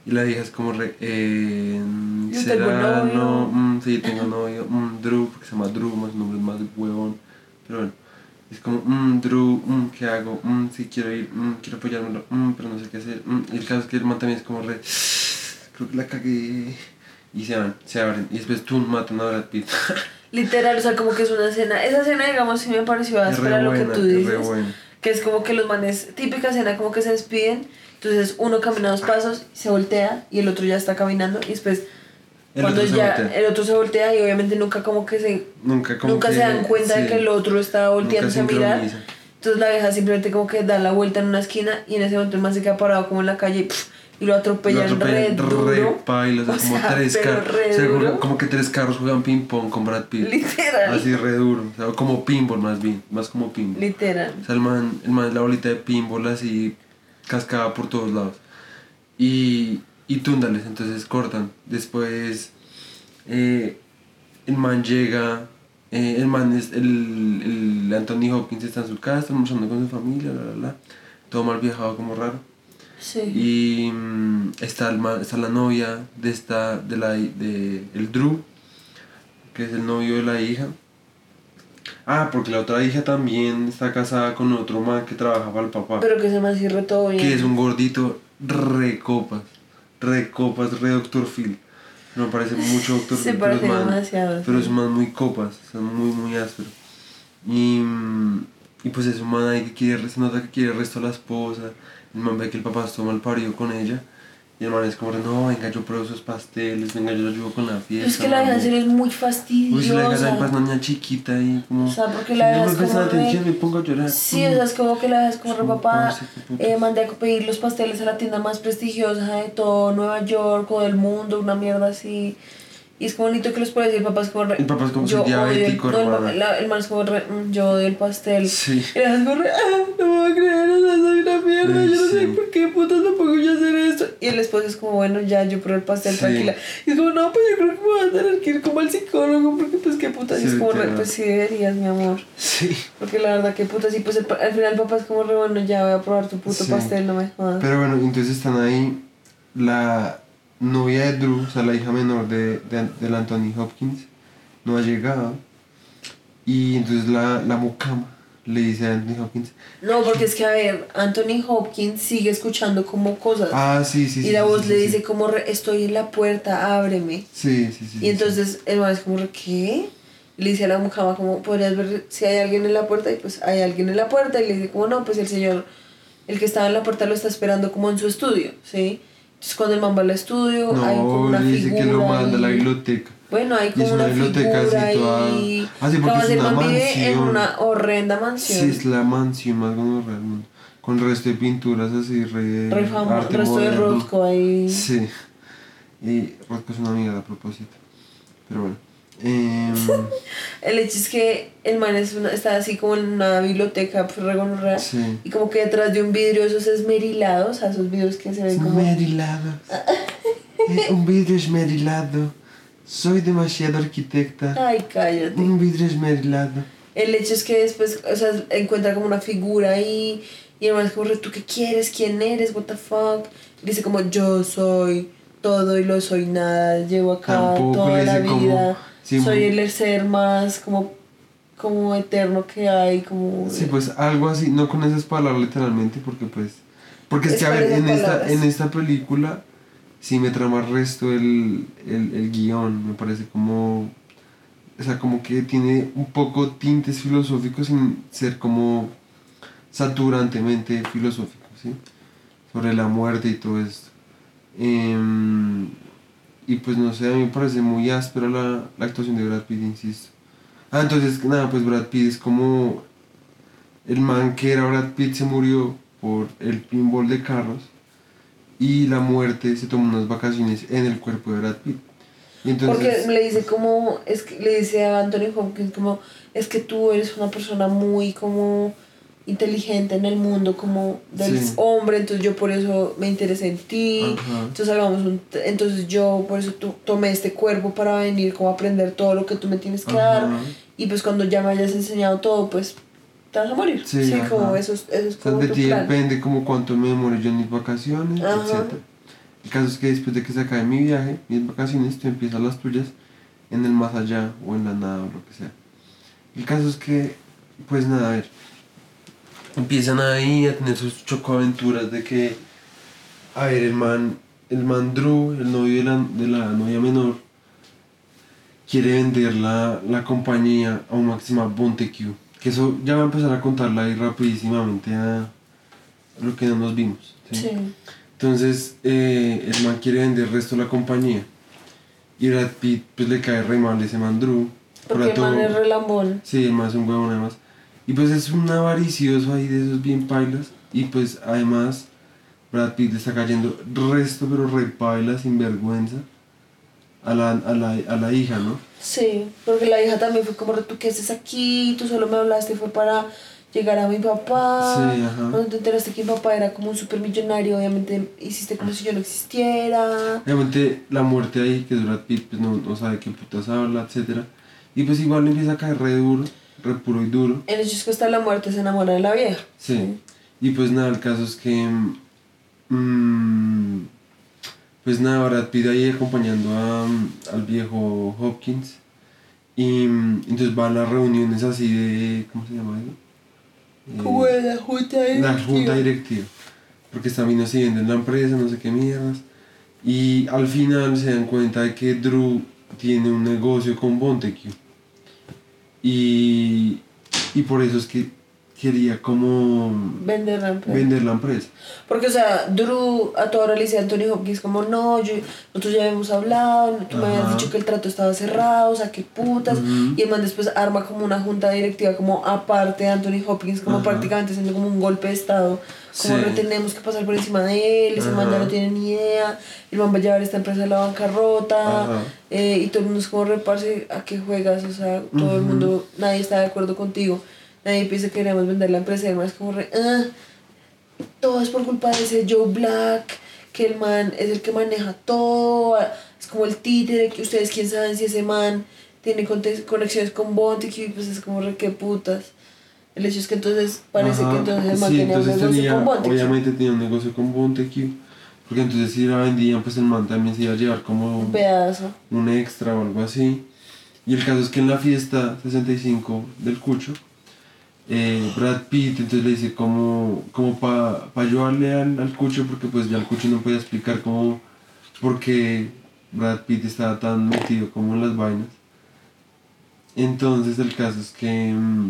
Y la hija es como re, Yo tengo ¿será? novio. No, sí, tengo novio, Drew, porque se llama Drew, más nombre es más huevón. Pero bueno, es como, Drew, ¿qué hago? Sí, quiero ir, quiero apoyármelo, pero no sé qué hacer. Y el caso es que el man también es como re, creo que la cagué. Y se van, se abren. Y después tú matan a Brad Pitt. Literal, o sea, como que es una escena. Esa escena, digamos, sí me pareció áspera lo que tú dices. Es re buena. Que es como que los manes, típica escena, como que se despiden. Entonces uno camina 2 pasos, se voltea y el otro ya está caminando. Y después, cuando ya el otro se voltea y obviamente nunca como que se. Nunca se dan cuenta de que el otro está volteándose a mirar. Entonces la vieja simplemente como que da la vuelta en una esquina y en ese momento el man se queda parado como en la calle y lo atropellan re duro. Re paila, o sea, como sea, 3 carros. O sea, como que 3 carros juegan ping pong con Brad Pitt. Literal. Así re duro. O sea, como pinball más bien. Más como pinball. Literal. O sea, el man es la bolita de pinball así cascada por todos lados. Y túndales, entonces cortan. Después el man llega. El man es el Anthony Hopkins está en su casa, está almorzando con su familia, todo mal viajado como raro. Sí. Y está la novia de el Drew, que es el novio de la hija. Porque la otra hija también está casada con otro man que trabaja para el papá. Pero que se me cierre todo bien. Que es un gordito re copas, re Dr. Phil. No parece mucho Dr. Se Phil, parece demasiado. Pero es un man muy copas, o sea, muy áspero. Y pues es un man ahí que se nota que quiere el resto a la esposa. El man ve que el papá está mal parido con ella. Y el man es como, no, venga, yo pruebo esos pasteles, venga, yo lo ayudo con la fiesta. Es que la hija en serio es muy fastidiosa. Uy, si la hija es una niña chiquita y como... O sea, porque la hija es como... atención, me pongo a llorar. Sí, o sea, es como que la hija es como, papá, mandé a pedir los pasteles a la tienda más prestigiosa de todo Nueva York o del mundo, una mierda así. Y es como bonito que los puede decir, el papá es como el papá es como soy diabético, el man es como yo odio el pastel. Sí. Y la hija es como no puedo creer, o sea, soy una mierda, yo no sé por qué putas no puedo yo hacer esto. Y el esposo es como, bueno, ya, yo pruebo el pastel, tranquila. Y es como, no, pues yo creo que voy a tener que ir como al psicólogo, porque pues qué putas. Y es como, pues sí deberías, mi amor. Sí. Porque la verdad, qué putas. Y pues al final el papá es como, bueno, ya voy a probar tu puto pastel, no me jodas. Pero bueno, entonces están ahí la novia de Drew, o sea, la hija menor del Anthony Hopkins, no ha llegado. Y entonces la mucama le dice a Anthony Hopkins... No, porque es que, a ver, Anthony Hopkins sigue escuchando como cosas. Sí. Y la voz le dice como, estoy en la puerta, ábreme. Sí. Y entonces el man es como, ¿qué? Y le dice a la mucama como, ¿podrías ver si hay alguien en la puerta? Y pues hay alguien en la puerta. Y le dice como, no, pues el señor, el que estaba en la puerta lo está esperando como en su estudio, ¿sí? Entonces cuando el man va al estudio, hay como una figura. No, dice que lo manda a la biblioteca. Bueno, hay como una biblioteca figura así toda... y... sí, porque es una mansión. Vive en una horrenda mansión. Sí, es la mansión más como realmente. Con resto de pinturas así, re famoso, resto de Rothko ahí. Sí. Y Rothko es una amiga a propósito. Pero bueno. El hecho es que el man está así como en una biblioteca regonorrea. Sí. Y como que detrás de un vidrio esos esmerilados, o sea, esos vidrios que se ven como... Esmerilados. Un vidrio esmerilado. Soy demasiado arquitecta. Ay, cállate. Un vidrio esmerilado. El hecho es que después, o sea, encuentra como una figura ahí. Y el man es como, ¿tú qué quieres? ¿Quién eres? What the fuck? Y dice como, yo soy todo y lo soy nada. Llevo acá toda la vida. Como, sí, soy el ser más como eterno que hay. Como... Sí, pues algo así. No con esas palabras literalmente porque pues... Porque es que a ver, en esta película... Sí me trama el resto el guión, me parece como... O sea, como que tiene un poco tintes filosóficos sin ser como saturantemente filosófico, ¿sí? Sobre la muerte y todo esto. Y pues no sé, a mí me parece muy áspera la actuación de Brad Pitt, insisto. Entonces, nada, pues Brad Pitt es como... El man que era Brad Pitt se murió por el pinball de carros. Y la muerte se tomó unas vacaciones en el cuerpo de Brad Pitt. Y entonces, porque le dice como, le dice a Anthony Hopkins como, es que tú eres una persona muy como inteligente en el mundo como del hombre, entonces yo por eso me interesé en ti. Ajá. Entonces yo por eso tomé este cuerpo para venir como a aprender todo lo que tú me tienes que dar. Y pues cuando ya me hayas enseñado todo, pues te vas a morir. Sí, como eso es como de tu ti plan. Depende como cuánto me demore yo en mis vacaciones, etc. El caso es que después de que se acabe mi viaje, mis vacaciones, tú empiezas las tuyas en el más allá o en la nada o lo que sea. El caso es que, pues nada, a ver, empiezan ahí a tener sus chocoaventuras de que, a ver, el man Drew, el novio de la novia menor, quiere vender la compañía a un máximo Bonteque. Que eso ya va a empezar a contarla ahí rapidísimamente a lo que no nos vimos. ¿Sí? Sí. Entonces, el man quiere vender el resto de la compañía. Y Brad Pitt pues le cae re mal ese man Drew. Porque el man es relambón. Sí, el man es un huevón además. Y pues es un avaricioso ahí de esos bien pailas. Y pues además Brad Pitt le está cayendo resto pero re paila, sin vergüenza a la hija, ¿no? Sí, porque la hija también fue como, ¿tú qué haces aquí? Tú solo me hablaste, fue para llegar a mi papá. Sí, ajá. Cuando te enteraste que mi papá era como un supermillonario, obviamente hiciste como si yo no existiera. Obviamente la muerte ahí, que es Brad Pitt, pues no sabe qué putas habla, etc. Y pues igual le empieza a caer re duro, re puro y duro. El hecho es que hasta la muerte se enamora de la vieja. Sí. Y pues nada, el caso es que... pues nada, Brad Pitt ahí acompañando al viejo Hopkins. Y entonces va a las reuniones así de... ¿Cómo se llama eso? Como de la junta directiva. La junta directiva. Porque también no se vende en la empresa, no sé qué mierdas. Y al final se dan cuenta de que Drew tiene un negocio con Bonteque. Y por eso es que quería como Vender la empresa. vender la empresa. Porque, o sea, Drew a toda hora le dice a Anthony Hopkins como, no, nosotros ya habíamos hablado, tú me habías dicho que el trato estaba cerrado, o sea, qué putas. Y el man después arma como una junta directiva como aparte de Anthony Hopkins, como prácticamente siendo como un golpe de estado. Como no tenemos que pasar por encima de él, ese man ya no tiene ni idea, el man va a llevar esta empresa a la bancarrota, y todo el mundo es como reparse a qué juegas, o sea, todo el mundo, nadie está de acuerdo contigo. Nadie piensa que queremos vender la empresa y el man es como todo es por culpa de ese Joe Black, que el man es el que maneja todo, es como el títere, que ustedes quién saben si ese man tiene conexiones con Bonteque, y pues es como re que putas. El hecho es que entonces parece que entonces el man tenía un negocio con Bonteque. Obviamente tenía un negocio con Bonteque, porque entonces si la vendían pues el man también se iba a llevar como un pedazo, un extra o algo así. Y el caso es que en la fiesta 65 del Cucho, Brad Pitt entonces le dice como para ayudarle al Cucho, porque pues ya el Cucho no podía explicar como por qué Brad Pitt estaba tan metido como en las vainas. Entonces el caso es que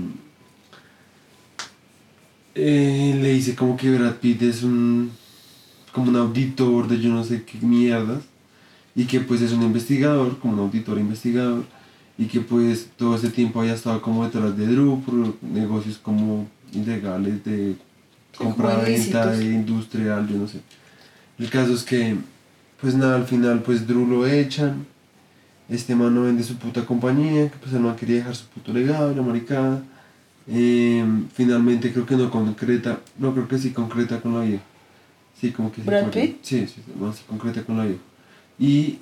le dice como que Brad Pitt es como un auditor de yo no sé qué mierdas, y que pues es un investigador, como un auditor investigador, y que pues todo ese tiempo había estado como detrás de Drew por negocios como ilegales de compra-venta de industrial, yo no sé. El caso es que pues nada, al final pues Drew lo echan, este man no vende su puta compañía, que pues él no quería dejar su puto legado, la maricada. Finalmente creo que no concreta, no creo que sí concreta con la vieja. Sí, como que sí. ¿Brad Pitt? Sí, no, sí concreta con la vieja. Y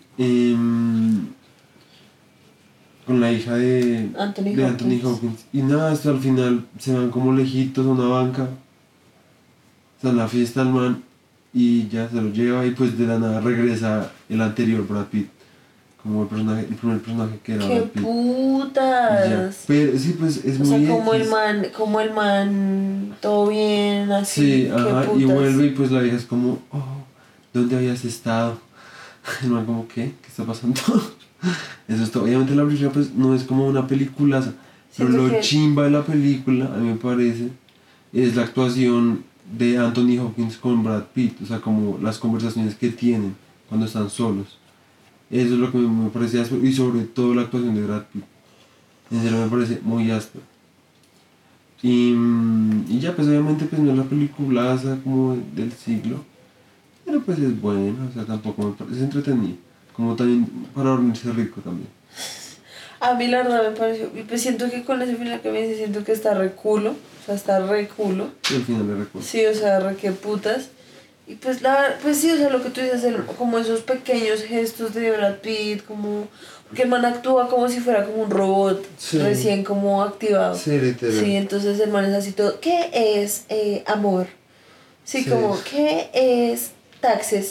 con la hija de Anthony Hopkins. Y nada, hasta al final se van como lejitos a una banca. Está en la fiesta el man y ya se lo lleva y pues de la nada regresa el anterior Brad Pitt. Como el primer personaje que era ¡qué Brad Pitt. putas! Pero sí, pues es o muy sea, como el man, todo bien, así. Sí, ajá, y vuelve y pues la vieja es como, oh, ¿dónde habías estado? El man como, ¿qué? ¿Qué está pasando? Eso es todo. Obviamente la película pues no es como una peliculaza, pero lo chimba de la película, a mí me parece, es la actuación de Anthony Hopkins con Brad Pitt, o sea, como las conversaciones que tienen cuando están solos. Eso es lo que me parece áspero, y sobre todo la actuación de Brad Pitt. En serio me parece muy áspero. Y ya pues obviamente pues no es la peliculaza como del siglo, pero pues es buena, o sea, tampoco me parece entretenida, como también para dormirse rico también. A mí la verdad me pareció, y pues siento que con ese final que me dice, siento que está re culo, o sea, está re culo. Y al final le recuerdo. Sí, o sea, re que putas. Y pues pues sí, o sea, lo que tú dices, como esos pequeños gestos de Brad Pitt, como... Porque el man actúa como si fuera como un robot, sí, recién como activado. Sí, literal. Sí, entonces el man es así todo, ¿qué es amor? Sí, como, ¿qué es taxes?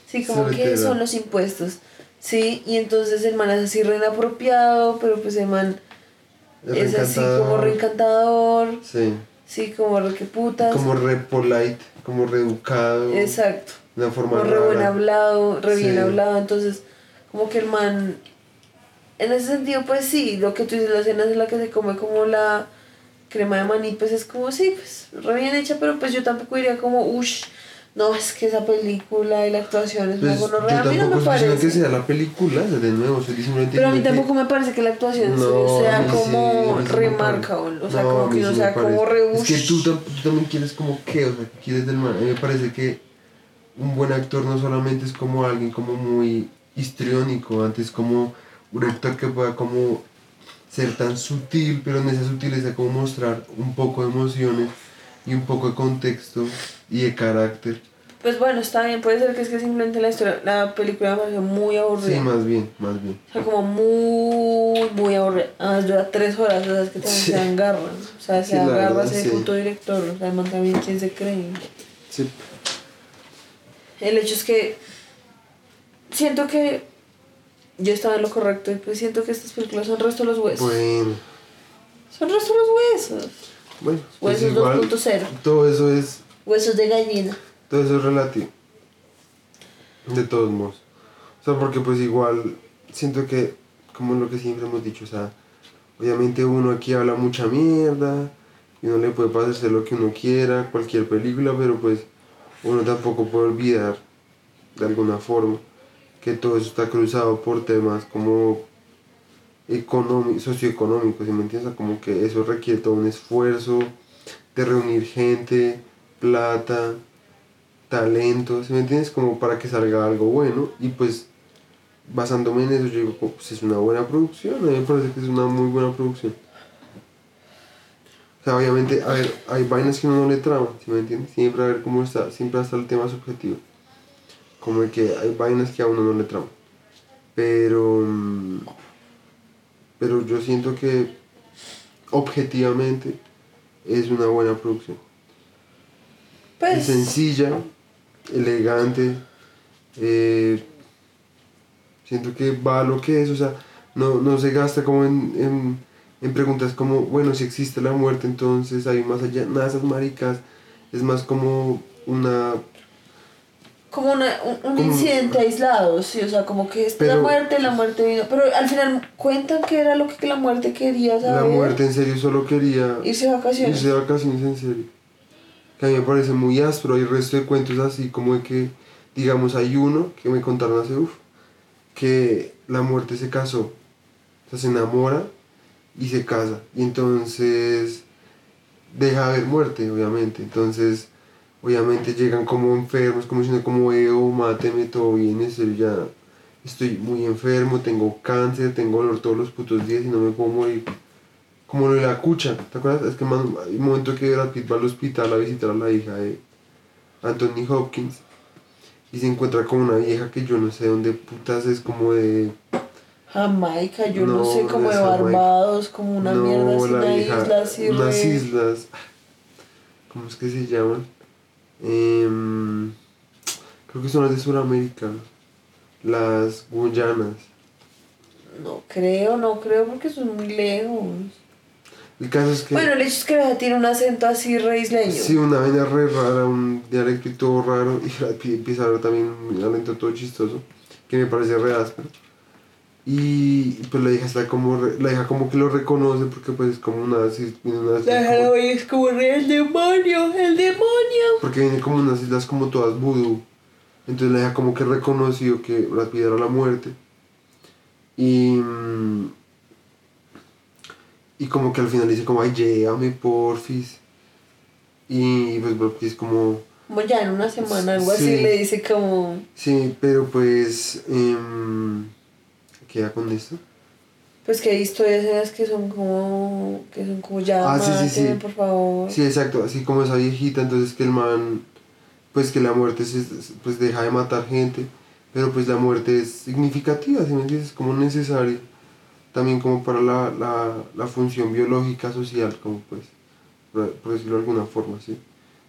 Sí, como que son los impuestos. Sí, y entonces el man es así re inapropiado, pero pues el man es así como re encantador. Sí. Sí, como re que putas. Como re polite, como re educado. Exacto. De una forma como re buen hablado, re bien hablado. Entonces, como que el man, en ese sentido, pues sí, lo que tú dices, la escena en la que se come como la crema de maní, pues es como, sí, pues re bien hecha, pero pues yo tampoco diría como, uff, no, es que esa película y la actuación es pues una gonorrea. A mí no me parece. Yo tampoco estoy diciendo que parece. sea la película, de nuevo, estoy diciendo Pero a mí tampoco me parece que la actuación sea como sí remarcable, o sea, no, como que no sea como re Es que tú también quieres como que, o sea, que quieres del man. A mí me parece que un buen actor no solamente es como alguien como muy histriónico, antes como un actor que pueda como ser tan sutil, pero en esa sutileza como mostrar un poco de emociones y un poco de contexto y de carácter. Pues bueno, está bien, puede ser que es que simplemente la historia, la película me pareció muy aburrida. Sí, más bien. O sea, como muy aburrida. Además dura 3 horas, o sea, es que también se agarran. O sea, se agarra ese puto director, o sea, el man también, ¿quién se cree? Sí. El hecho es que siento que yo estaba en lo correcto y pues siento que estas películas son resto de los huesos. Bueno. Son resto de los huesos. Bueno, pues huesos igual 2.0. todo eso es... Huesos de gallina. Todo eso es relativo. De todos modos. O sea, porque pues igual siento que, como lo que siempre hemos dicho, o sea, obviamente uno aquí habla mucha mierda y uno le puede pasarse lo que uno quiera, cualquier película, pero pues uno tampoco puede olvidar, de alguna forma, que todo eso está cruzado por temas como socioeconómicos, ¿sí me entiendes? O sea, como que eso requiere todo un esfuerzo de reunir gente, plata, talento, ¿sí me entiendes? Como para que salga algo bueno y pues basándome en eso yo digo, pues es una buena producción, a mí me parece que es una muy buena producción. O sea, obviamente, a ver, hay vainas que uno no le trama, ¿sí me entiendes? Siempre a ver cómo está, siempre hasta el tema subjetivo. Como de que hay vainas que a uno no le trama. Pero, pero yo siento que objetivamente es una buena producción. Pues... Es sencilla, elegante, siento que va a lo que es, o sea, no se gasta como en preguntas como, bueno, si existe la muerte, entonces hay más allá, nada de esas maricas, es más como una... Como un incidente aislado, sí, o sea, como que es la muerte vino, pero al final cuentan que era lo que la muerte quería saber. La muerte en serio solo quería... Irse de vacaciones. Irse de vacaciones en serio. Que a mí me parece muy áspero, hay resto de cuentos así como de que, digamos, hay uno que me contaron hace, que la muerte se casó, o sea, se enamora y se casa, y entonces deja de haber muerte, obviamente, entonces obviamente llegan como enfermos, como diciendo como, máteme, todo bien, en serio, ya estoy muy enfermo, tengo cáncer, tengo dolor todos los putos días y no me puedo morir. Como lo de la cucha, ¿te acuerdas? Es que hay un momento que Brad Pitt va al hospital a visitar a la hija de Anthony Hopkins y se encuentra con una vieja que yo no sé dónde putas es, como de... Jamaica, yo no sé, como de Barbados, como una mierda así, una isla así unas islas, ¿cómo es que se llaman? Creo que son las de Sudamérica, las Guyanas. No creo porque son muy lejos. El caso es que... Bueno, el hecho es que tiene un acento así re isleño. Sí, una vaina re rara, un dialecto y todo raro, y empieza a hablar también un acento todo chistoso, que me parece re áspero. Y pues la hija está como, la hija como que lo reconoce porque pues es como una... La hija es como re el demonio. Porque viene como unas islas como todas vudú. Entonces la hija como que reconoció que Brad Pitt era la muerte. Y como que al final dice como, ay, llévame porfis. Y pues Brad Pitt es como... Como ya en una semana, algo así, le dice como... Sí, pero pues... ¿queda con esto? Pues que hay historias en las que son como ya, sí. por favor. Sí, exacto, así como esa viejita, entonces que el man, pues que la muerte pues deja de matar gente, pero pues la muerte es significativa, ¿sí me entiendes? Como necesaria, también como para la función biológica social, como pues, por decirlo de alguna forma, ¿sí?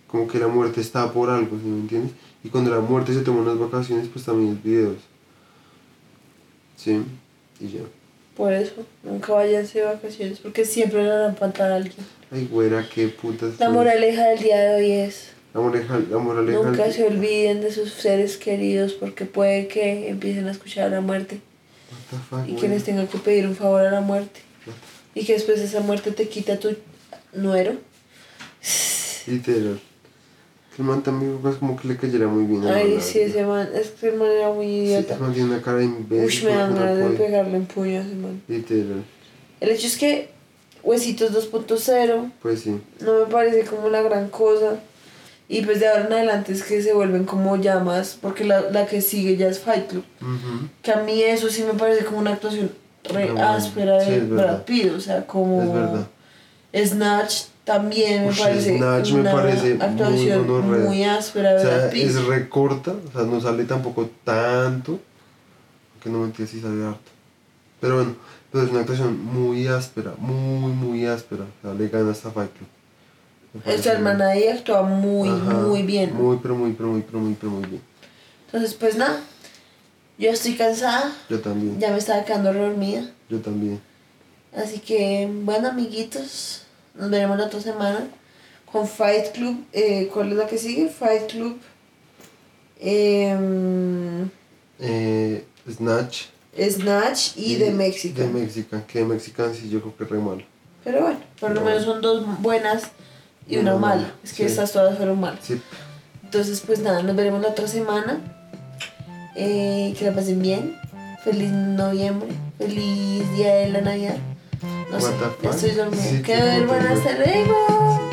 como que la muerte está por algo, ¿sí me entiendes? Y cuando la muerte se toma unas vacaciones, pues también es videos. Sí, y ya. Por eso, nunca váyanse de vacaciones, porque siempre le harán falta a alguien. Ay, güera, qué putas. La moraleja del día de hoy es: La moraleja nunca se olviden de sus seres queridos, porque puede que empiecen a escuchar a la muerte What the fuck, y que güey. les tengan que pedir un favor a la muerte. Y que después esa muerte te quita a tu nuero. Literal. El man también pues, como que le cayera muy bien. Ay, sí, ese man, es que el man era muy Sí, idiota. ese man tiene una cara de imbécil. Uy, me dan porque no ganas de puede. pegarle un puño a ese man. Literal. El hecho es que Huesitos 2.0 Pues sí. no me parece como la gran cosa. Y pues de ahora en adelante es que se vuelven como llamas, porque la que sigue ya es Fight Club. Ujú. Que a mí eso sí me parece como una actuación re No, áspera sí, de es verdad. Brad Pitt, o sea, como Es verdad. Snatch también me Ush, parece Snatch me una parece muy actuación gonorrea. muy áspera de O sea, Brad Pitt. es recorta, o sea, no sale tampoco tanto. Aunque no mentira, sí sale harto. Pero bueno, pero es una actuación muy áspera, muy áspera. O sea, le gana hasta Fight Club. Me Esta parece hermana ahí actúa muy, Ajá, muy bien. Muy bien. Entonces, pues nada, yo estoy cansada, Yo también, ya me estaba quedando dormida. yo también. Así que, bueno, amiguitos, nos veremos la otra semana con Fight Club. ¿Cuál es la que sigue? Fight Club. Snatch. Snatch y The Mexican. The Mexican, que The Mexican sí yo creo que es re malo. Pero bueno, por lo menos son dos buenas y una mala. Es que sí. estas todas fueron malas. Sí. Entonces, pues nada, nos veremos la otra semana. Que la pasen bien. Feliz noviembre. Feliz día de la Navidad. No sé, What the ya fuck? estoy dormida. Sí, Que sí, duerman, como te hasta luego.